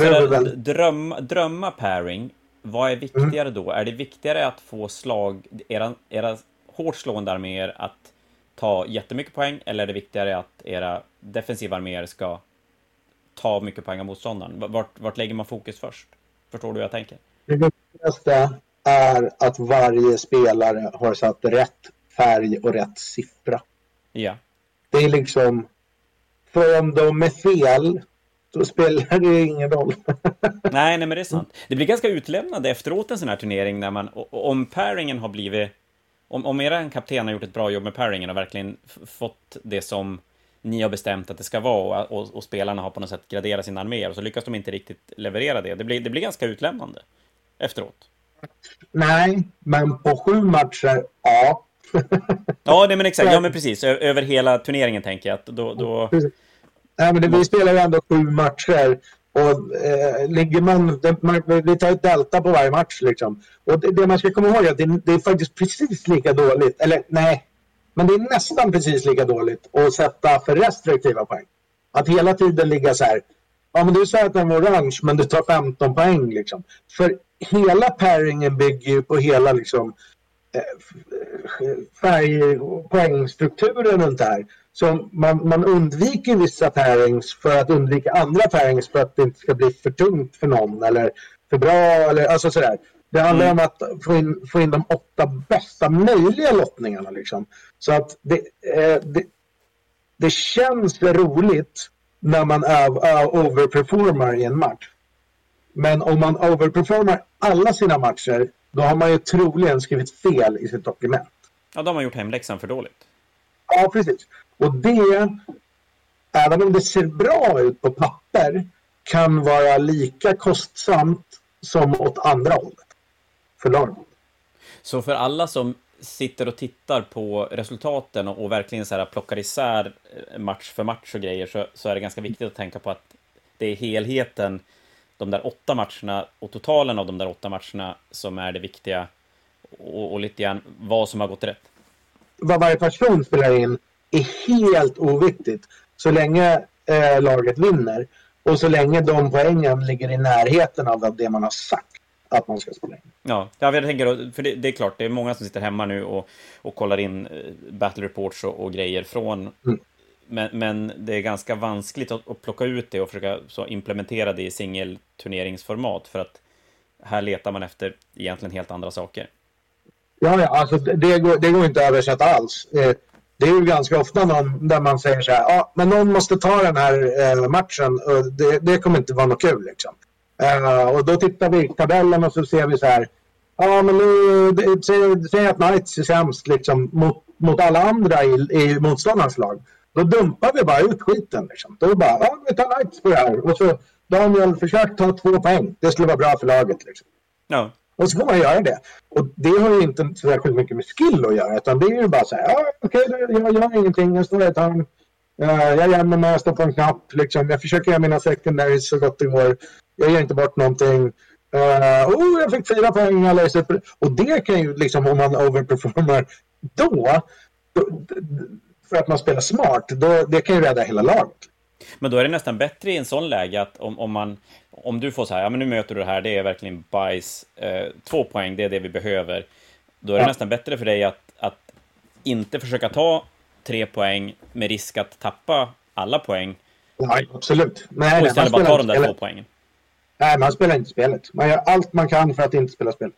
drömma pairing, vad är viktigare då? Är det viktigare att få slag, era hårt slående arméer att ta jättemycket poäng, eller är det viktigare att era defensiva arméer ska ta mycket poäng av motståndaren? Vart lägger man fokus först? Förstår du vad jag tänker? Det viktigaste är att varje spelare har satt rätt färg och rätt siffra. Ja. Det är liksom, för om de är fel, då spelar det ingen roll. Nej, men det är sant. Det blir ganska utlämnande efteråt en sån här turnering när om pairingen har blivit, om era kapten har gjort ett bra jobb med pairingen och verkligen fått det som ni har bestämt att det ska vara, och spelarna har på något sätt graderat sina arméer, och så lyckas de inte riktigt leverera det. Det blir ganska utlämnande efteråt. Nej, men på 7 matcher, ja. Ja, men exakt. Ja, men precis. Över hela turneringen tänker jag att då... Nej, men vi spelar ju ändå 7 matcher. Och ligger vi tar ett delta på varje match liksom. Och det man ska komma ihåg är att det är faktiskt precis lika dåligt. Eller nej, men det är nästan precis lika dåligt att sätta för restriktiva poäng. Att hela tiden ligga så här. Ja, men du sa att den var orange, men du tar 15 poäng liksom. För hela pairingen bygger ju på hela liksom poängstrukturen runt det här. Så man undviker vissa pairings för att undvika andra pairings för att det inte ska bli för tungt för någon eller för bra eller alltså sådär. Det handlar om att få in de 8 bästa möjliga lottningarna liksom. Så att det känns roligt när man overperformar i en match. Men om man overperformar alla sina matcher, då har man ju troligen skrivit fel i sitt dokument. Ja, då har man gjort hemläxan för dåligt. Ja, precis. Och det, även om det ser bra ut på papper, kan vara lika kostsamt som åt andra hållet. För laget. Så för alla som sitter och tittar på resultaten och verkligen så här plockar isär match för match och grejer, så är det ganska viktigt att tänka på att det är helheten, de där 8 matcherna och totalen av de där 8 matcherna som är det viktiga, och lite grann vad som har gått rätt. Vad varje person spelar in är helt oviktigt så länge laget vinner och så länge de poängen ligger i närheten av det man har sagt att man ska spela in. Ja, jag tänker, för det är klart, det är många som sitter hemma nu och kollar in battle reports och grejer från men det är ganska vanskligt att plocka ut det och försöka så implementera det i singelturneringsformat, för att här letar man efter egentligen helt andra saker. Ja, alltså det går inte att översätta alls. Det är ju ganska ofta där man säger så här, men någon måste ta den här matchen och det kommer inte vara något kul liksom. Och då tittar vi i tabellen och så ser vi så här, men nu säger att Knights är sämst liksom, mot alla andra i motståndarens lag. Då dumpar vi bara ut skiten liksom. Då bara, vi tar Knights på det här. Och så Daniel, försök ta 2 poäng. Det skulle vara bra för laget liksom. Ja. Och så får man göra det. Och det har ju inte så särskilt mycket med skill att göra. Utan det är ju bara så här, okej, jag gör ingenting. Jag står i ett hörn. Jag gömmer mig, jag står på en knapp. Liksom. Jag försöker göra mina secondaries så gott det går. Jag ger inte bort någonting. Jag fick 4 poäng. Eller super. Och det kan ju liksom, om man overperformar då för att man spelar smart, det kan ju rädda hela laget. Men då är det nästan bättre i en sån läge att om du får så här, men nu möter du det här, det är verkligen bajs, 2 poäng, det är det vi behöver. Då är det nästan bättre för dig att inte försöka ta 3 poäng med risk att tappa alla poäng, Ja, absolut. Och istället bara ta de där 2 poängen. Nej, man spelar inte spelet. Man gör allt man kan för att inte spela spelet.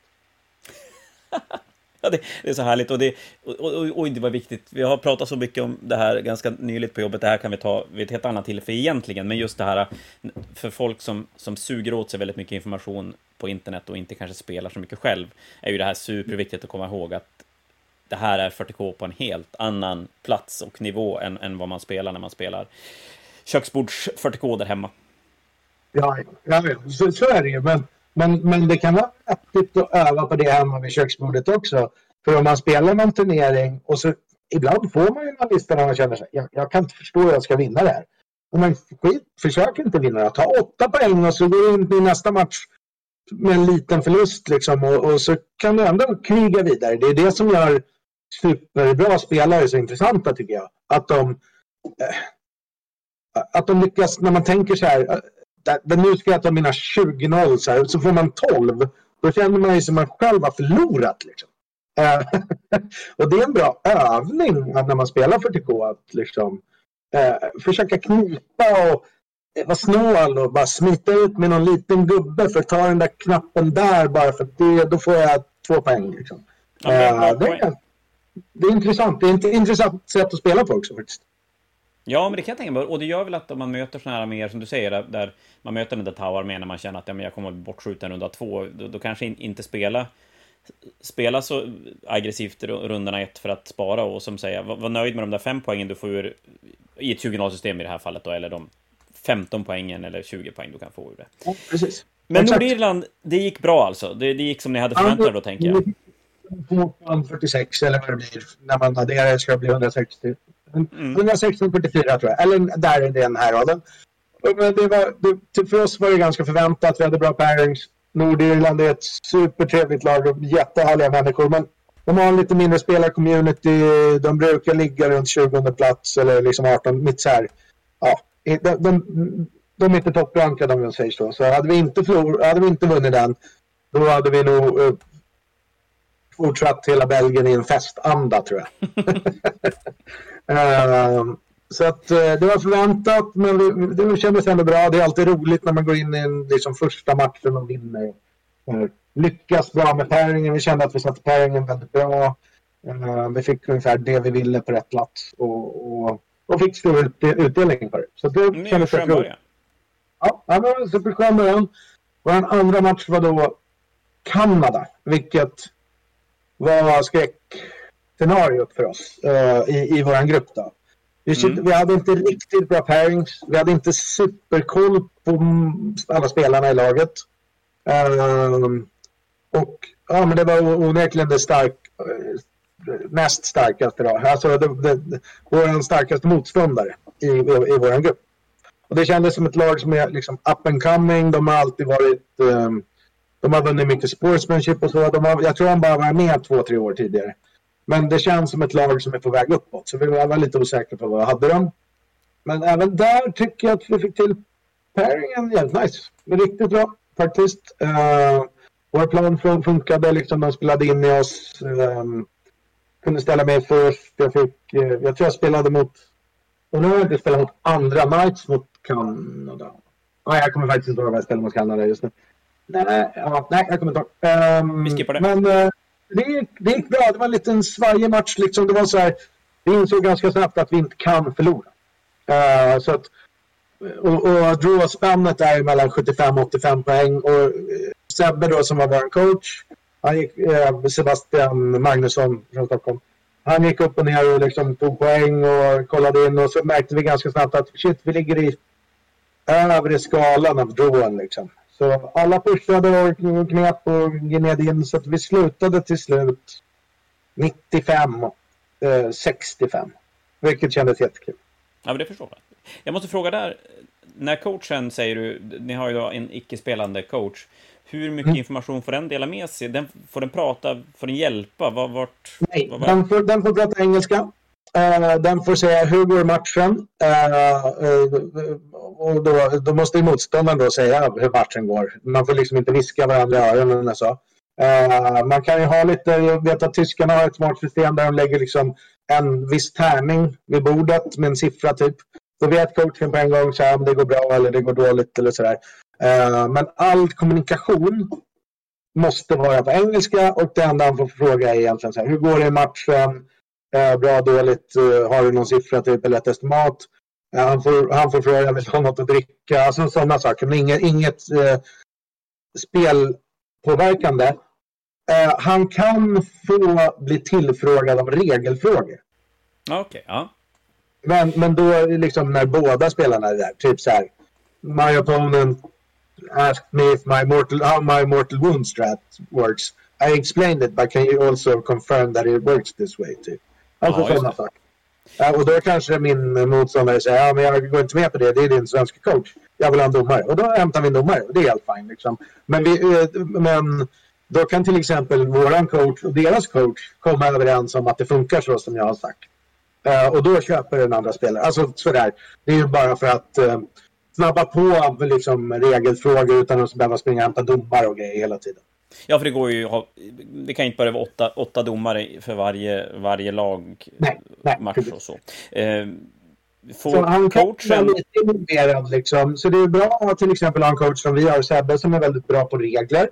Ja, det är så härligt. Och det var viktigt. Vi har pratat så mycket om det här ganska nyligt på jobbet. Det här kan vi ta vid ett helt annat tillfälle egentligen. Men just det här för folk som suger åt sig väldigt mycket information på internet och inte kanske spelar så mycket själv, är ju det här superviktigt att komma ihåg att det här är 40K på en helt annan plats och nivå än vad man spelar när man spelar köksbords 40K där hemma. Ja, så är det ju. Men det kan vara vettigt att öva på det hemma vid köksbordet också. För om man spelar någon turnering och så ibland får man ju en lista när man känner sig jag kan inte förstå hur jag ska vinna det här. Men försök inte vinna det. Ta 8 poäng och så går du in i nästa match med en liten förlust liksom, och så kan du ändå kriga vidare. Det är det som gör superbra spelare så intressanta, tycker jag. Att de lyckas, när man tänker så här, nu ska jag ta mina 20-0 så får man 12. Då känner man ju som man själv har förlorat liksom. Och det är en bra övning att när man spelar 40K att liksom försöka knipa och vara snål och bara smita ut med någon liten gubbe för att ta den där knappen där bara för att då får jag 2 poäng liksom. Det är intressant. Det är ett intressant sätt att spela på också faktiskt. Ja, men det kan jag tänka mig. Och det gör väl att om man möter såna här mer, som du säger, där man möter den där tower med när man känner att jag kommer bortskjuta en runda 2, då kanske inte spela så aggressivt rundorna 1 för att spara och som säger, var nöjd med de där 5 poängen du får ur, i ett 20-0-system i det här fallet då, eller de 15 poängen eller 20 poäng du kan få ur det. Ja, precis. Men Nordirland, det gick bra alltså? Det gick som ni hade förväntat er då, tänker jag? 46 eller vad det blir. När man adderar ska det bli 160. 116-44 tror jag. Eller där är den här raden. Men för oss var det ganska förväntat. Vi hade bra pairings. Nordirland är ett supertrevligt lag och jättehärliga människor. Men de har en lite mindre spelarcommunity. De brukar ligga runt 20:e plats eller liksom 18 mitt så här. Ja, de är inte topprankade om jag säger så. Så hade vi inte vunnit den, då hade vi nog fortsatt hela Belgien i en festanda, tror jag. Så att det var förväntat, men det kändes ändå bra. Det är alltid roligt när man går in i en liksom första matchen och vinner. Lyckas bra med pairingen. Vi kände att vi satte pairingen väldigt bra. Vi fick ungefär det vi ville på rätt plats och fick stor utdelning för det. Så det kändes rätt roligt. Ja, det var en superskön början. Vår andra match var då Kanada, vilket var skräckscenariot för oss i vår grupp då. Vi hade inte riktigt bra pairings. Vi hade inte superkoll på alla spelarna i laget. Och ja, men det var onekligen det mest starkaste då. Alltså vår starkaste motståndare i vår grupp. Och det kändes som ett lag som är liksom up and coming. De har alltid varit de har vunnit mycket sportsmanship och så. Jag tror de bara var med 2-3 år tidigare. Men det känns som ett lag som är på väg uppåt. Så vi var lite osäkra på vad hade de. Men även där tycker jag att vi fick till pairingen jävligt nice. Men riktigt bra faktiskt. Vår plan funkade liksom. De spelade in i oss. Kunde ställa mig först. Jag tror jag spelade mot... Och nu har jag inte spelat mot andra nights mot Kanada. Nej, jag kommer faktiskt inte ihåg vad jag spelade mot Kanada just nu. Nej, jag kommer inte ihåg. Vi skippar det. Men det gick bra. Det var en liten svajig match. Liksom. Det var så här, vi insåg ganska snabbt att vi inte kan förlora. Så att, och draw-spannet är mellan 75 och 85 poäng. Och Sebbe då, som var vår coach, han gick, Sebastian Magnusson från Stockholm, han gick upp och ner och liksom tog poäng och kollade in, och så märkte vi ganska snabbt att shit, vi ligger i övre skalan av drawen liksom. Så alla pushade och knep och gned in, så att vi slutade till slut 95-65, vilket kändes jättekul. Ja, men det förstår jag. Jag måste fråga där, när coachen säger du, ni har ju då en icke-spelande coach, hur mycket information får den dela med sig? Får den prata, får den hjälpa? Nej, den får prata engelska. Den får säga hur går matchen. Och då måste ju motståndaren då säga hur matchen går. Man får liksom inte viska varandra i öronen. Man kan ju ha lite, jag vet att tyskarna har ett smart system där de lägger liksom en viss tärning vid bordet med en siffra typ. Då vet coachen på en gång så här, om det går bra eller det går dåligt eller sådär. Men all kommunikation måste vara på engelska och det enda han får fråga är egentligen så här, hur går det i matchen? Bra, dåligt, har du någon siffra typ eller ett estimat? Han får fråga, vill ha något att dricka? Alltså sådana saker, men inget spelpåverkande. Han kan få bli tillfrågad om regelfrågor. Okej, ja. Men då liksom när båda spelarna är där, typ så här, my opponent asked me if how my mortal wound strat works. I explained it, but can you also confirm that it works this way? Typ. Alltså sådana saker. Och då kanske min motståndare säger, ja men jag går inte med på det är din svenska coach. Jag vill ha en domare. Och då hämtar vi en domare. Och det är helt fine liksom. Men då kan till exempel våran coach och deras coach komma överens om att det funkar så som jag har sagt. Och då köper den andra spelaren. Alltså sådär. Det är ju bara för att snabba på liksom, regelfrågor utan att behöva springa och hämta domare och grejer hela tiden. Ja, för det går ju det kan inte bara vara åtta domare för varje lag match och så. Så han kan vara lite involverad liksom. Så det är bra att till exempel ha en coach som vi har, Sebbe, som är väldigt bra på regler.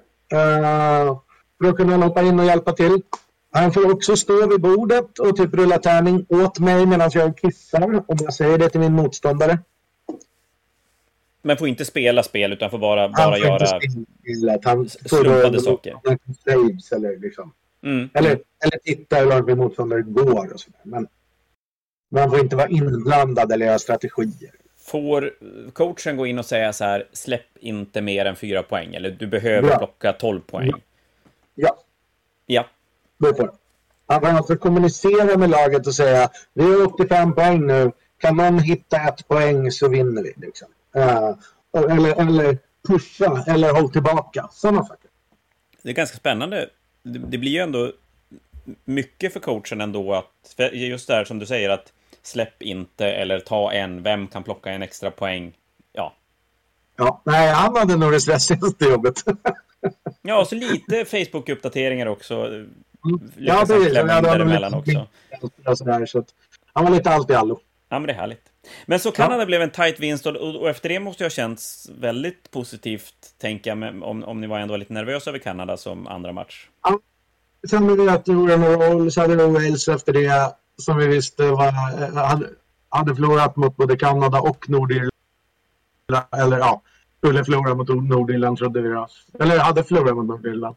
För att kunna hoppa in och hjälpa till. Han får också stå vid bordet och typ rulla tärning åt mig medan jag kissar. Om jag säger det till min motståndare. Men får inte spela spel utan får bara göra slumpade saker. Saves eller liksom. Eller titta hur långt min motståndare går och sådär. Men man får inte vara inblandad eller göra strategier. Får coachen gå in och säga så här, släpp inte mer än 4 poäng eller du behöver plocka 12 poäng? Ja. Det får. Han kan alltså kommunicera med laget och säga, vi har 85 poäng nu. Kan någon hitta 1 poäng så vinner vi liksom. Eller pusha eller håll tillbaka. Sådana saker. Det är ganska spännande. Det blir ju ändå mycket för coachen ändå att, just där som du säger att släpp inte eller ta vem kan plocka en extra poäng. Ja, nej, han hade nog det stressigaste jobbet. Ja, så lite Facebook-uppdateringar också. Ja, det är däremellan också. Så att han var lite allt i allo. Ja, men det är härligt. Men så Kanada blev en tight vinst och efter det måste jag ha känts väldigt positivt, tänka jag, om ni var ändå lite nervösa över Kanada som andra match. Ja, sen med det att det var några roll så hade det Wales efter det som vi visste hade förlorat mot både Kanada och Nordirland. Eller skulle förlora mot Nordirland trodde vi då. Eller hade förlorat mot Nordirland.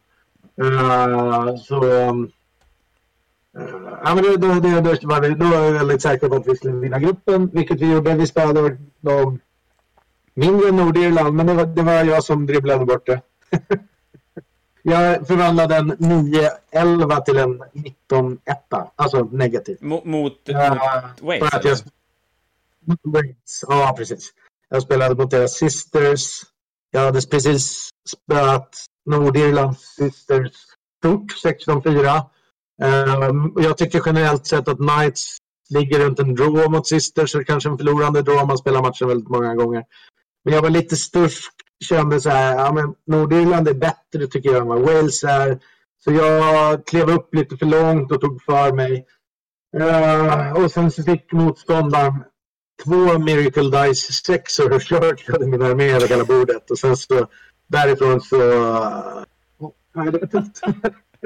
Men då var jag väldigt säker på att vi skulle vinna gruppen, vilket vi gjorde. Vi spelade de mindre Nordirland, men det var jag som dribblade bort det. Jag förvandlade en 9-11 till en 19-1, alltså negativt. Mot Wales? Mot Wales, ja precis. Jag spelade mot deras sisters. Jag hade precis spöat Nordirlands sisters stort, 16-4. Jag tycker generellt sett att Knights ligger runt en draw mot sisters, så kanske en förlorande draw, man spelar matchen väldigt många gånger. Men jag var lite stursk, kände så här, men Nordirland är bättre tycker jag än vad Wales är. Så jag klev upp lite för långt och tog för mig. Och sen så fick motståndaren 2 Miracle Dice 6 och körde mina arméer över hela bordet. Och sen så därifrån så... Nej, det vet inte.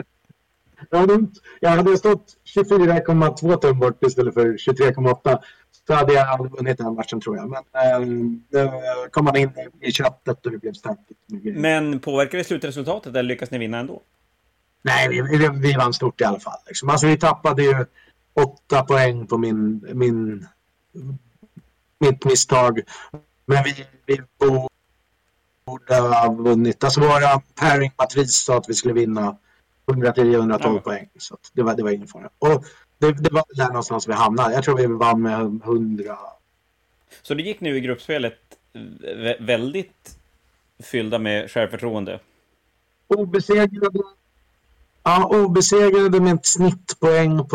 Jag hade stått 24,2 tum bort istället för 23,8. Så hade jag aldrig vunnit den matchen tror jag. Men då kom man in i köttet och det blev starkt. Men påverkar det slutresultatet eller lyckas ni vinna ändå? Nej, vi vann stort i alla fall. Liksom. Alltså vi tappade ju 8 poäng på mitt misstag. Men vi borde ha vunnit. Alltså våra pairing-matris sa att vi skulle vinna 110-112 poäng. Så det var ingen fara. Och det var där någonstans vi hamnade. Jag tror vi vann med 100. Så det gick nu i gruppspelet väldigt fyllda med självförtroende? Obesegrade med ett snittpoäng på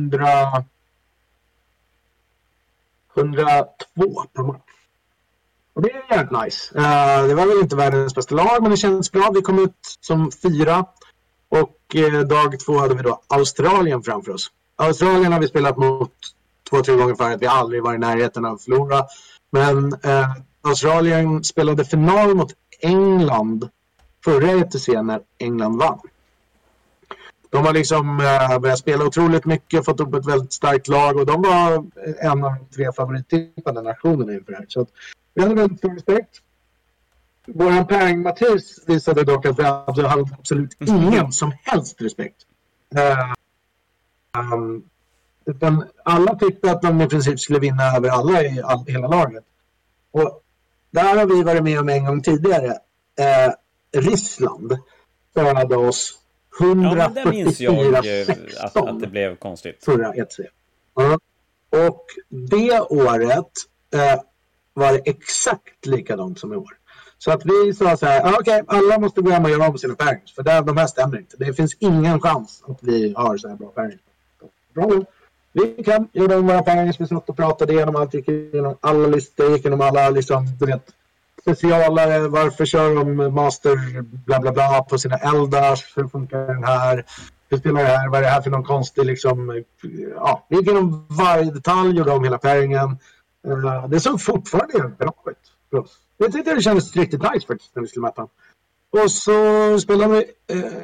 102 per match. Och det är jävligt nice. Det var väl inte världens bästa lag, men det kändes bra. Vi kom ut som 4. Och dag 2 hade vi då Australien framför oss. Australien har vi spelat mot 2-3 gånger förut. Vi har aldrig varit i närheten av att förlora. Men Australien spelade final mot England förra ETC när England vann. De har liksom börjat spela otroligt mycket, fått upp ett väldigt starkt lag och de var en av de 3 favorittippade nationerna inför det här. Så att vi hade väldigt stor respekt. Våran pairing Mattias visade dock att vi hade absolut ingen som helst respekt. Utan alla tyckte att de i princip skulle vinna över alla i hela laget. Och där har vi varit med om en gång tidigare. Ryssland spelade oss 144-16 att det blev konstigt. Förra ETC. Och det året var det exakt likadant som i år. Så att vi sa så här, okej, alla måste gå hem och göra om sina pairings. För de här stämmer inte. Det finns ingen chans att vi har så här bra pairings. Vi kan göra om våra pairings. Vi satt och pratade igenom allt. Gick igenom alla listor. Gick igenom alla liksom, du vet, specialare. Varför kör de master bla bla bla på sina eldars? Hur funkar den här? Hur spelar det här? Vad är det här för någon konstig liksom... Ja, vi gick igenom varje detalj. Gjorde om hela pairingen. Det såg fortfarande bra ut för oss. Jag tyckte det kändes riktigt nice faktiskt när vi skulle möta. Och så spelade vi...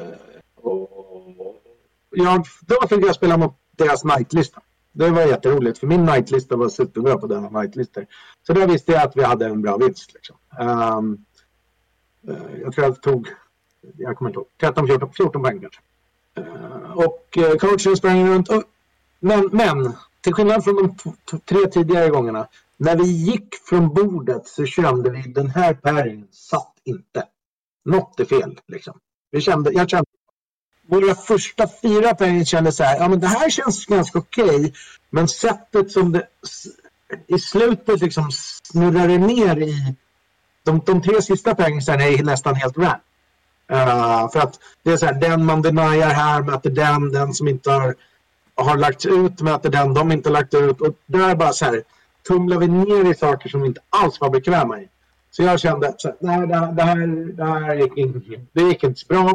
Då fick jag spela mot deras nightlista. Det var jätteroligt, för min nightlista var superbra på denna nightlistor. Så då visste jag att vi hade en bra vinst. Liksom. Jag tror jag kommer inte ihåg, 14 poäng kanske. Och coachen sprang runt. Men till skillnad från de 3 tidigare gångerna, när vi gick från bordet så kände vi den här pairingen satt inte. Något är fel liksom. Jag kände våra första 4 pairings kände så här, ja men det här känns ganska okej, men sättet som det i slutet liksom snurrade ner i de 3 sista pairingsen är nästan helt random. För att det är så här, den man deniar här möter den som inte har lagt ut möter den, de inte lagt ut, och där bara så här tumlar vi ner i saker som vi inte alls var bekväma i. Så jag kände så här, nej, det här gick inte så bra.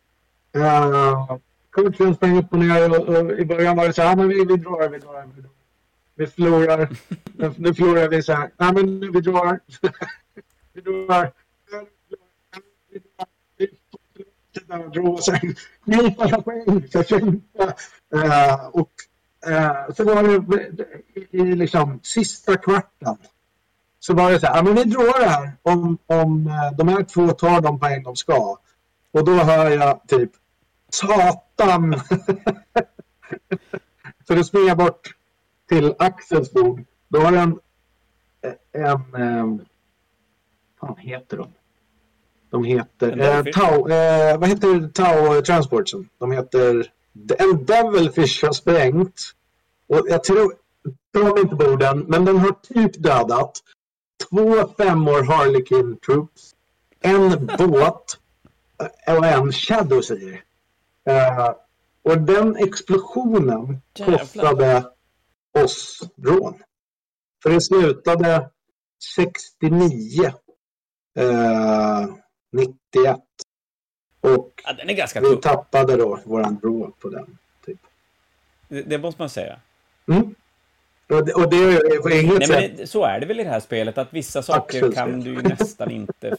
Coachen sprang upp och ner och i början var det så här, men vi drar. Vi förlorar. Nu förlorar vi så här, nej men vi drar. Vi drar. Och så var det i liksom sista kvarten så var det så här, ja men vi drar det här om de här 2 tar de poäng de ska. Och då hör jag typ satan. Så då springer jag bort till Axels bord. Då har en vad heter de? De heter vad heter Tau Transportsen? De heter en Devilfish har sprängt. Och jag tror de har inte borden, men den har typ dödat 2 5-år Harlequin Troops, en båt och en Shadow Seer. Och den explosionen kostade oss rån. För det slutade 69 91. Och ja, den är ganska vi tappade då våran rån på den. Typ. Det måste man säga. Mm. Och det är på inget Nej, sätt... men så är det väl i det här spelet, att vissa saker kan du ju nästan inte...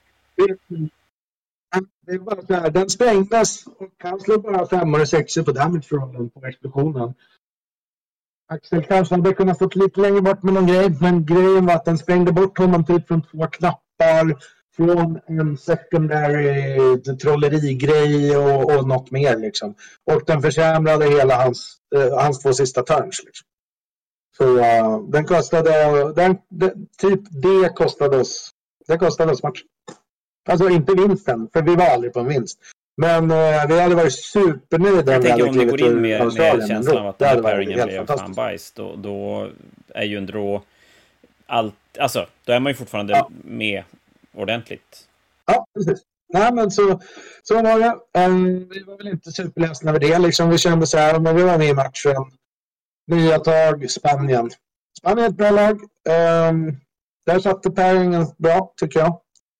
Det är bara så här, den sprängdes och han slog bara 5 och 6 på damage rollen på explosionen. Axel kanske hade kunnat stå lite längre bort med någon grej, men grejen var att den sprängde bort honom typ från 2 knappar, från en secondary trollerigrej och något mer liksom. Och den försämrade hela hans 2 sista turns liksom. Så den kostade det kostade oss match. Alltså inte vinsten, för vi var aldrig på en vinst. Men vi hade varit supernöjda. Jag tänker om ni går in med känslan av att den här pairingen blev fan bajs, då är ju en draw allt, alltså då är man ju fortfarande med ordentligt. Ja, precis. Nej, men så var det. Vi var väl inte superledsna över det. Liksom, vi kände så här, men vi var med i matchen. Nya tag, Spanien är ett bra lag. Där satte pairingen bra, tycker jag.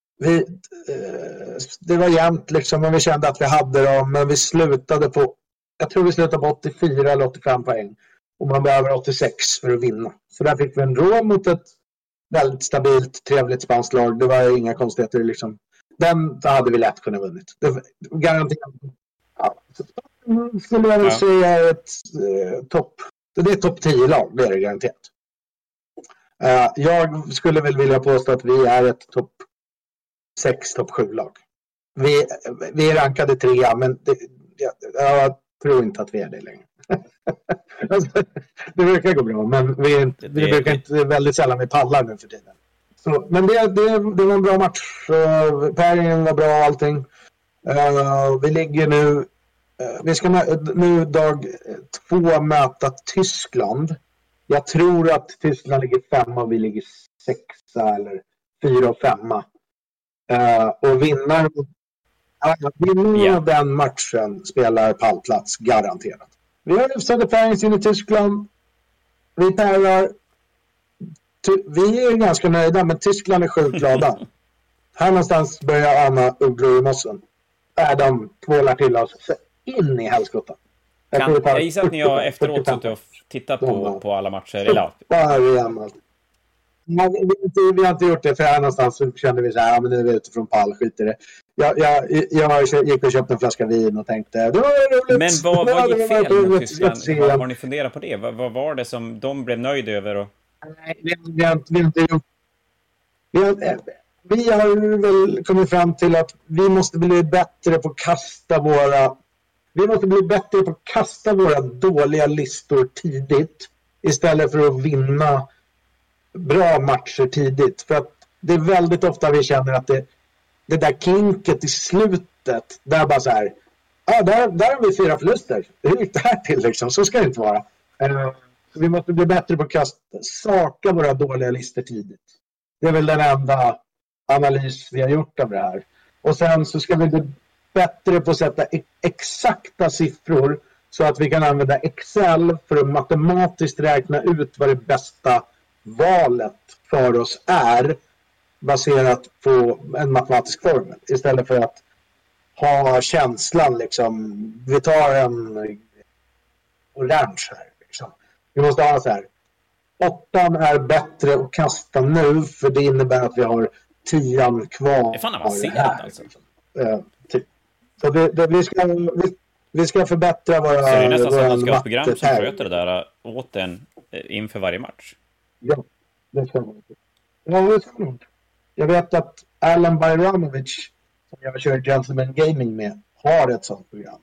Det var jämnt liksom, men vi kände att vi hade dem, men vi slutade på 84 eller 85 poäng. Och man behöver 86 för att vinna. Så där fick vi en rå mot ett väldigt stabilt, trevligt spanskt lag. Det var inga konstigheter liksom. Den hade vi lätt kunnat vunnit. Garanterat. Ja. Skulle jag säga ett topp. Det är topp 10-lag, det är det garanterat. Jag skulle väl vilja påstå att vi är ett topp 6, topp 7-lag. Vi är rankade 3, men jag tror inte att vi är det längre. Alltså, det brukar gå bra, men vi brukar inte väldigt sällan vi pallar nu för tiden. Så, men det var en bra match. Päringen var bra och allting. Vi ligger nu vi ska nu dag 2 möta Tyskland. Jag tror att Tyskland ligger 5 och vi ligger 6 eller 4 och 5. Och vinner den matchen spelar pallplats garanterat. Vi har uppsatt Paris in i Tyskland. Vi tävlar. Vi är ganska nöjda, men Tyskland är sjukt glada. Här någonstans börjar Anna ugglor i mossen. De tvålar till oss in i helskotta. Jag gissar att ni har efteråt suttit och tittat på alla matcher. Eller? Vi har inte gjort det, för här någonstans så kände vi så här, men nu är vi ute från pall, skit i det. Jag gick och köpte en flaska vin och tänkte, det var roligt. Men vad gick fel med Tyskland? Har ni funderat på det? Vad var det som de blev nöjda över? Nej, vi har inte gjort. Vi har väl kommit fram till att vi måste bli bättre på att kasta våra dåliga listor tidigt istället för att vinna bra matcher tidigt. För att det är väldigt ofta vi känner att det där kinket i slutet, där bara så här, där har vi 4 förluster. Hur gick det här till liksom? Så ska det inte vara. Vi måste bli bättre på att saka våra dåliga listor tidigt. Det är väl den enda analys vi har gjort av det här. Och sen så ska vi bli bättre på att sätta exakta siffror så att vi kan använda Excel för att matematiskt räkna ut vad det bästa valet för oss är baserat på en matematisk formel. Istället för att ha känslan liksom, vi tar en orange här liksom. Vi måste ha så här, 8 är bättre att kasta nu för det innebär att vi har 10 kvar. Det är fan avancerat alltså. Typ. Så vi ska förbättra våra. Så det är nästan som att man ska ha ett program som sköter det där åt en inför varje match. Ja, det ska man. Jag vet att Alan Bajramovic, som jag kör Gentleman Gaming med, har ett sånt program.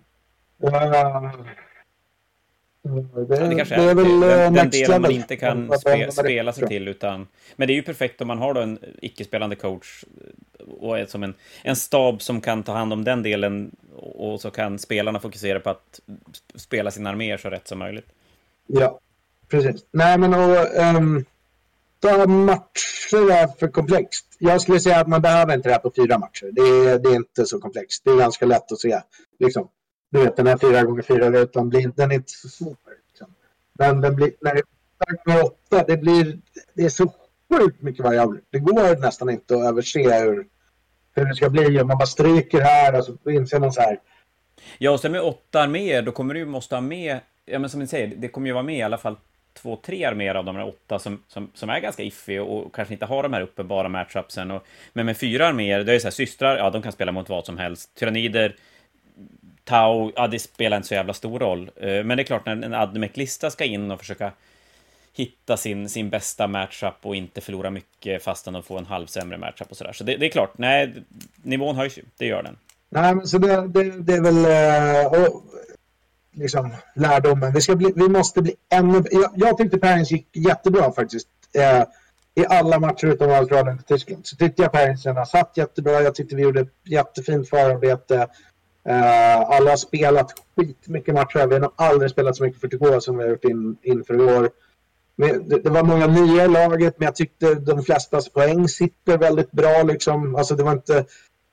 Det kanske är väl den delen man inte kan spela sig till, utan, men det är ju perfekt om man har då en icke-spelande coach och är som en stab som kan ta hand om den delen, och så kan spelarna fokusera på att spela sina arméer så rätt som möjligt. Ja, precis. Nej, men då matcher är för komplext. Jag skulle säga att man behöver inte det här på 4 matcher. Det är inte så komplext. Det är ganska lätt att se. Liksom. Du vet, den här 4x4-rutan den är inte så svår. Liksom. Men den blir, när det är 8, det är så sjukt mycket variabler. Det går nästan inte att överse hur det ska bli. Om man bara stryker här och så inser man så här. Ja, och sen med 8 arméer, då kommer du måste ha med, ja men som ni säger, det kommer ju vara med i alla fall 2-3 arméer av de här 8 som är ganska iffy och kanske inte har de här uppenbara matchupsen. Men med 4 arméer, det är så här, systrar, ja de kan spela mot vad som helst. Tyrannider, Tau, ja det spelar inte så jävla stor roll. Men det är klart, när en Admec-lista ska in och försöka hitta sin bästa matchup och inte förlora mycket fastän de får en halv sämre matchup och sådär. Så det är klart, nej, nivån höjs ju, det gör den. Nej, men så det är väl liksom lärdomen. Vi måste bli ännu. Jag tyckte Paris gick jättebra faktiskt. I alla matcher utom Australien och Tyskland. Så tyckte jag Parisarna satt jättebra. Jag tyckte vi gjorde ett jättefint förarbete. Alla har spelat skitmycket matcher. Vi har nog aldrig spelat så mycket 40K som vi har gjort inför i år. Men det var många nya i laget, men jag tyckte de flestas poäng sitter väldigt bra liksom. Alltså det var inte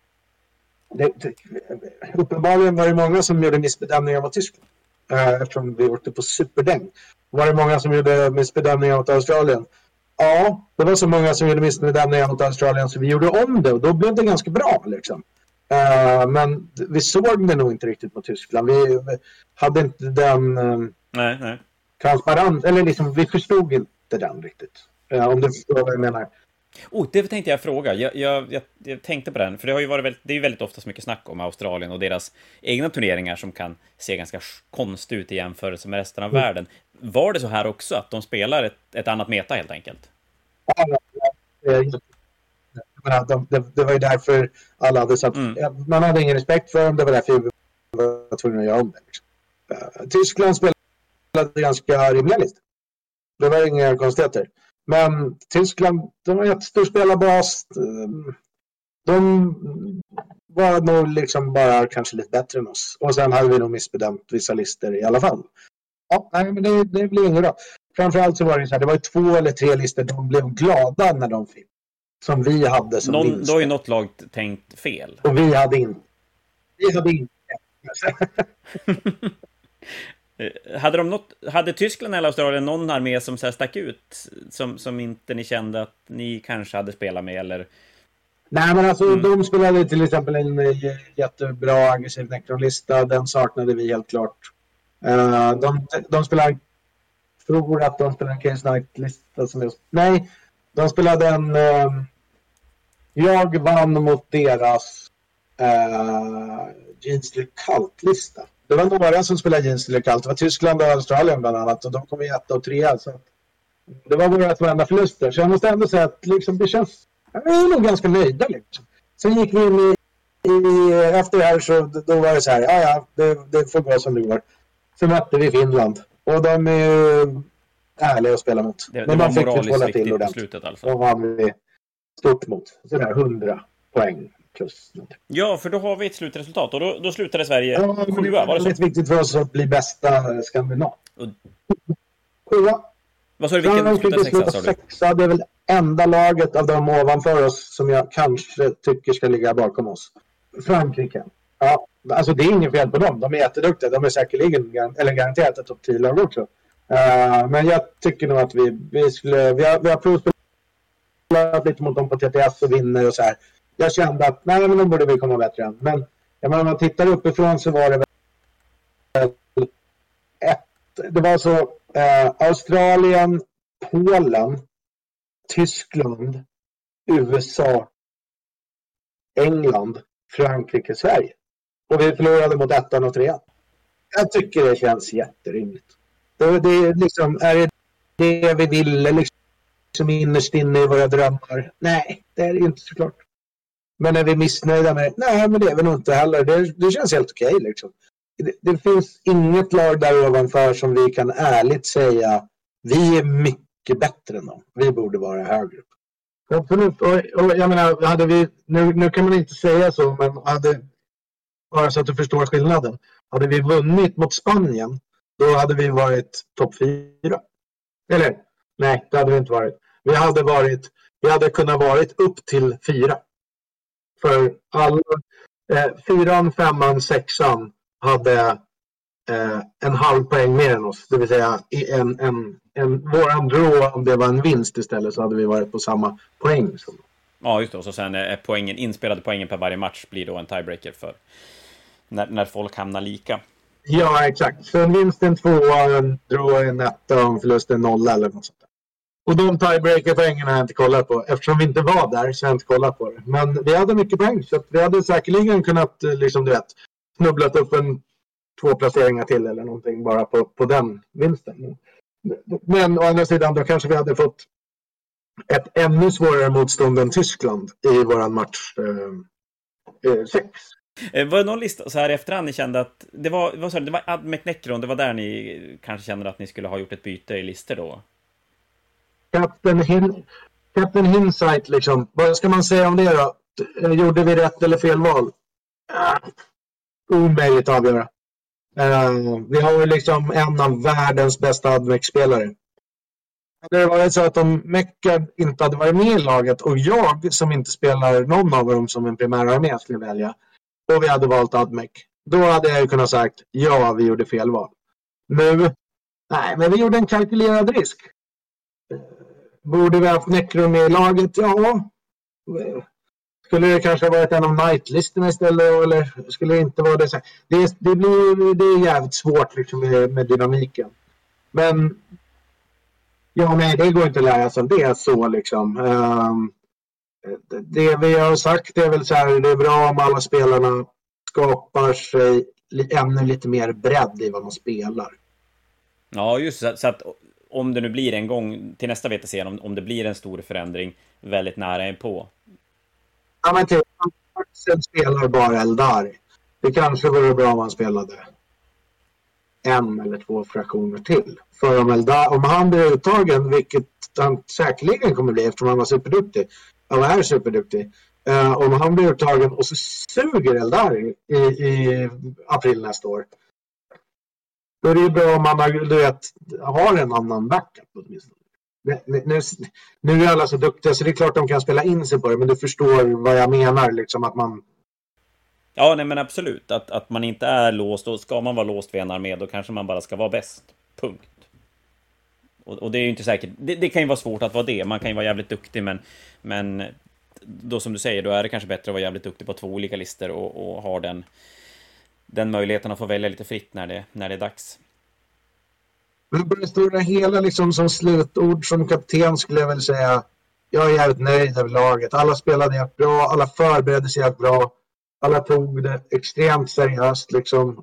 uppenbarligen var det många som gjorde missbedömningar mot Tyskland, eftersom vi åkte på superdäng. Var det många som gjorde missbedömningar mot Australien? Ja, det var så många som gjorde missbedömningar mot Australien så vi gjorde om det och då blev det ganska bra liksom. Men vi såg det nog inte riktigt mot Tyskland. Vi hade inte den nej. transparent, eller liksom vi förstod inte den riktigt. Om du förstår vad jag menar. Det tänkte jag fråga. Jag tänkte på den, för det har ju varit det är ju väldigt ofta så mycket snack om Australien och deras egna turneringar som kan se ganska konstigt ut i jämförelse med resten av världen. Var det så här också, att de spelar ett annat meta helt enkelt? Det var ju därför alla hade satt... Man hade ingen respekt för dem, det var därför vi var tvungna att göra om det. Liksom. Tyskland spelade ganska rimliga listor. Det var inga konstigheter. Men Tyskland, de har jättestor spelarbas. De var nog liksom bara kanske lite bättre än oss. Och sen hade vi nog missbedömt vissa listor i alla fall. Ja, nej, men det blir inget bra. Framförallt så var det så här, det var 2 eller 3 listor de blev glada när de fick. Som vi hade som vinst. Då har ju något lag tänkt fel. Och vi hade inte. Hade Tyskland eller Australien någon armé som så här stack ut? Som inte ni kände att ni kanske hade spelat med, eller? Nej, men alltså de spelade till exempel en jättebra aggressiv Necron-lista. Den saknade vi helt klart. De spelade, tror att de spelade en Case Knight-lista som just... Nej, de spelade en... jag vann mot deras Jeansly Cult-lista. Det var några som spelade Jeansly Cult. Det var Tyskland och Australien bland annat. Och de kom i 1 och 3. Så det var våra varenda förluster. Så jag måste ändå säga att liksom, det känns... Jag är nog ganska nöjda. Liksom. Sen gick vi in efter det här, så då var det så här. Det får gå som det går. Så mötte vi Finland. Och de är ju ärliga att spela mot. Det var moraliskt viktigt på slutet alltså. Då vann vi stort mot. Sådär 100 poäng plus. Ja, för då har vi ett slutresultat. Och då slutade Sverige 7. Var det så? Det är väldigt viktigt för oss att bli bästa skandinav. 7. Vad sa du, vilken slutade 6? Det är väl enda laget av dem ovanför oss som jag kanske tycker ska ligga bakom oss. Frankrike. Ja, alltså det är ingen fel på dem. De är jätteduktiga. De är säkerligen, eller garanterat ett topp 10-lag också. Men jag tycker nog att vi har provspelat lite mot dem på TTS och vinner och så här. Jag kände att nej, men då borde vi komma bättre än. Men jag menar, om man tittar uppifrån så var det väl det var så Australien, Polen, Tyskland, USA, England, Frankrike, Sverige. Och vi förlorade mot 1 och 3. Jag tycker det känns jätterimligt. Det är liksom, är det vi ville liksom innerst inne i våra drömmar? Nej, det är det inte såklart. Men är vi missnöjda med det? Nej, men det är vi nog inte heller. Det känns helt okej liksom. Det finns inget lag där ovanför som vi kan ärligt säga vi är mycket bättre än dem. Vi borde vara högre. Absolut. Och jag menar, hade vi, nu kan man inte säga så, men bara så att du förstår skillnaden. Hade vi vunnit mot Spanien, då hade vi varit topp 4. Eller? Nej, det hade vi inte varit. Vi hade kunnat varit upp till 4. För alla 4, 5, 6 hade en halv poäng mer än oss. Det vill säga våran draw, om det var en vinst istället, så hade vi varit på samma poäng. Ja, just det. Och så sen inspelade poängen per varje match blir då en tiebreaker för när folk hamnar lika. Ja, exakt. Så en vinst en 2, en draw en 1 och en förlust en 0 eller något sånt där. Och de tiebreaker-poängen har jag inte kollat på. Eftersom vi inte var där så har jag inte kollat på det. Men vi hade mycket poäng, så att vi hade säkerligen kunnat, liksom du vet, snubblat upp 2 placeringar till eller någonting bara på den vinsten. Men å andra sidan, då kanske vi hade fått ett ännu svårare motstånd än Tyskland i våran match 6. Var det någon lista så här efterhand ni kände att det var Admec Necron, det var där ni kanske kände att ni skulle ha gjort ett byte i listor då? Captain Hindsight liksom. Vad ska man säga om det då? Gjorde vi rätt eller fel val? Omöjligt att avgöra. Vi har ju liksom en av världens bästa Admec-spelare. Det var så att om Mecca inte hade varit med i laget och jag som inte spelar någon av dem som en primärarmé skulle välja, och vi hade valt Admec, då hade jag ju kunnat sagt ja, vi gjorde fel val. Nu, nej, men vi gjorde en kalkylerad risk. Borde vi haft Necron med i laget? Ja. Skulle det kanske ha varit en av Knight-listorna istället, eller skulle det inte vara det? Det är jävligt svårt liksom med dynamiken. Men ja, nej, det går inte att lära sig. Det är så liksom. Det vi har sagt är väl så här, det är bra om alla spelarna skapar sig ännu lite mer bredd i vad man spelar. Ja, just så att om det nu blir en gång till nästa VTC, om det blir en stor förändring väldigt nära en på. Ja, men typ, Axel spelar bara Eldar. Det kanske vore bra om man spelade en eller två fraktioner till. För om han blir uttagen, vilket han säkerligen kommer bli eftersom han var superduktig. Han är superduktig. Om han blir uttagen och så suger Eldar i april nästa år. Då är det ju bra om man har en annan backup åtminstone. Nu är alla så duktiga så det är klart de kan spela in sig på det, men du förstår vad jag menar liksom, att man... Ja, nej men absolut, att man inte är låst, och ska man vara låst vid en armé då kanske man bara ska vara bäst, punkt. Och det är ju inte säkert, det kan ju vara svårt att vara det, man kan ju vara jävligt duktig, men då som du säger, då är det kanske bättre att vara jävligt duktig på 2 olika listor och ha den möjligheten att få välja lite fritt när det är dags. Men på det stora hela liksom, som slutord som kapten skulle jag väl säga, jag är jävligt nöjd över laget. Alla spelade jävligt bra, alla förberedde sig jävligt bra, alla tog det extremt seriöst liksom,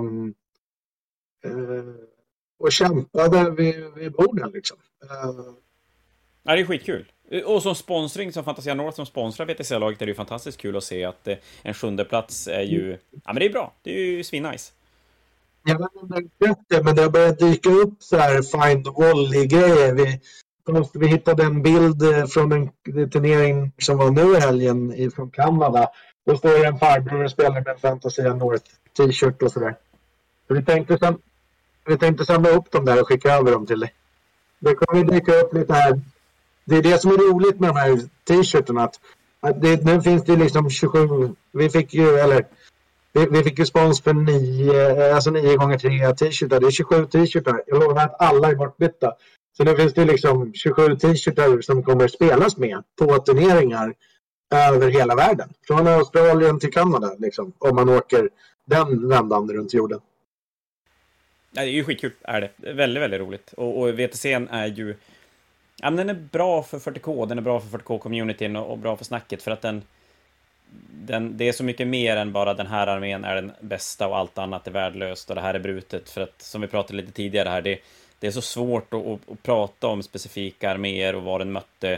och kämpade vid borden liksom. Ja, det är skitkul. Och som sponsring, som Fantasia North som sponsrar VTC-laget, är det ju fantastiskt kul att se att en 7:e plats är ju... Ja, men det är bra. Det är ju svinnice. Jag vet inte, men det har börjat dyka upp så här find the wall-grejer. Vi hittade en bild från en turnering som var nu i helgen från Kanada. Då står det en farbror och spelar med en Fantasia North t-shirt och sådär. Så vi tänkte samla upp dem där och skicka över dem till dig. Då kommer vi dyka upp lite här. Det är det som är roligt med de här t-shirtarna. Nu finns det liksom 27... Vi fick ju spons för 9 gånger 3 t-shirtar. Det är 27 t-shirtar. Jag lovar att alla är bortbytta. Så nu finns det liksom 27 t-shirtar som kommer spelas med på turneringar över hela världen. Från Australien till Kanada liksom. Om man åker den vändan runt jorden. Ja, det är ju skitkul, är det. Det är väldigt, väldigt roligt. Och VTC:n är ju... Ja, men den är bra för 40K. Den är bra för 40K-communityn och bra för snacket. För att det är så mycket mer än bara den här armén är den bästa och allt annat är värdelöst och det här är brutet. För att, som vi pratade lite tidigare här, det är så svårt att prata om specifika arméer och vad den mötte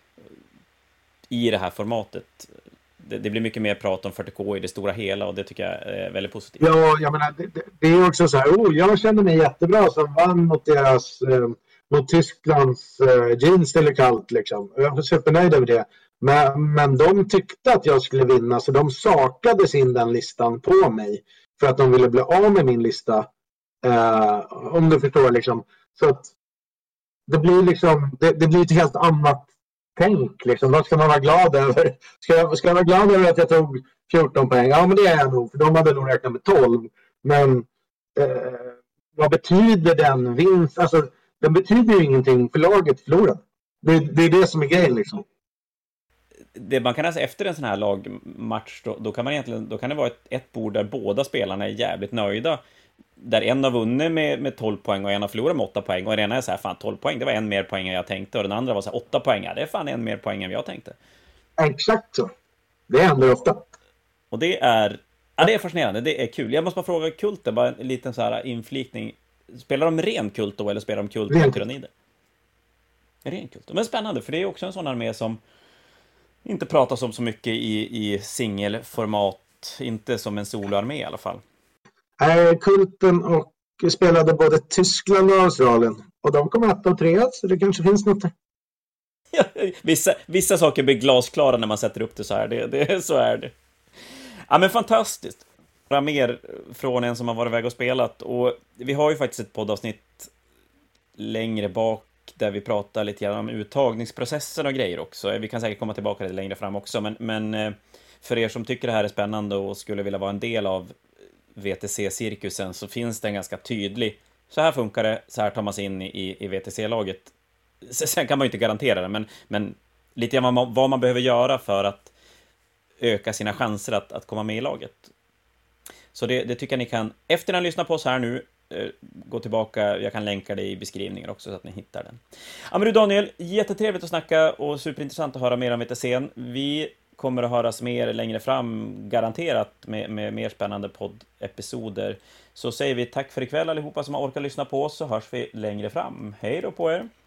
i det här formatet. Det blir mycket mer prat om 40K i det stora hela, och det tycker jag är väldigt positivt. Ja, jag menar, det är också så här, jag känner mig jättebra som vann mot Tysklands jeans eller kallt liksom. Jag var supernöjd över det. Men de tyckte att jag skulle vinna, så de sakades in den listan på mig för att de ville bli av med min lista, om du förstår liksom. Så att det blir liksom, det blir ett helt annat tänk liksom. Vad ska man vara glad över? Ska jag vara glad över att jag tog 14 poäng? Ja, men det är jag nog, för de hade nog räknat med 12. Men vad betyder den vinst? Alltså, den betyder ju ingenting för laget förlorat. Det är det som är grejen liksom. Det man kan säga efter en sån här lagmatch, då kan man egentligen, då kan det vara ett bord där båda spelarna är jävligt nöjda, där en har vunnit med 12 poäng och en har förlorat med 8 poäng, och den ena är så här, fan 12 poäng, det var en mer poäng än jag tänkte, och den andra var så här, 8 poäng, det är fan en mer poäng än jag tänkte. Exakt så. Det händer ofta. Och det är fascinerande, det är kul. Jag måste bara fråga Kult, bara en liten så här inflikning. Spelar de ren Kult då, eller spelar de Kult med tyrannider? Ren Kult. Men spännande, för det är också en sån armé som inte pratas om så mycket i singelformat, inte som en soloarmé i alla fall. Kulten och spelade både Tyskland och Australien, och de kom 1 och 3, så det kanske finns något där. Vissa saker blir glasklara när man sätter upp det så här, så är det. Ja, men fantastiskt. Bara mer från en som har varit iväg och spelat, och vi har ju faktiskt ett poddavsnitt längre bak där vi pratar lite grann om uttagningsprocessen och grejer också. Vi kan säkert komma tillbaka lite längre fram också, men för er som tycker det här är spännande och skulle vilja vara en del av VTC-cirkusen, så finns det en ganska tydlig, så här funkar det, så här tar man sig in i VTC-laget. Sen kan man ju inte garantera det, men lite grann vad man behöver göra för att öka sina chanser att komma med i laget. Så det tycker jag ni kan, efter att ni lyssnar på oss här nu, gå tillbaka, jag kan länka det i beskrivningen också så att ni hittar den. Ja, men du Daniel, jättetrevligt att snacka och superintressant att höra mer om VTC. Vi kommer att höras mer längre fram, garanterat med mer spännande poddepisoder. Så säger vi tack för ikväll allihopa som har orkat lyssna på oss, så hörs vi längre fram. Hej då på er!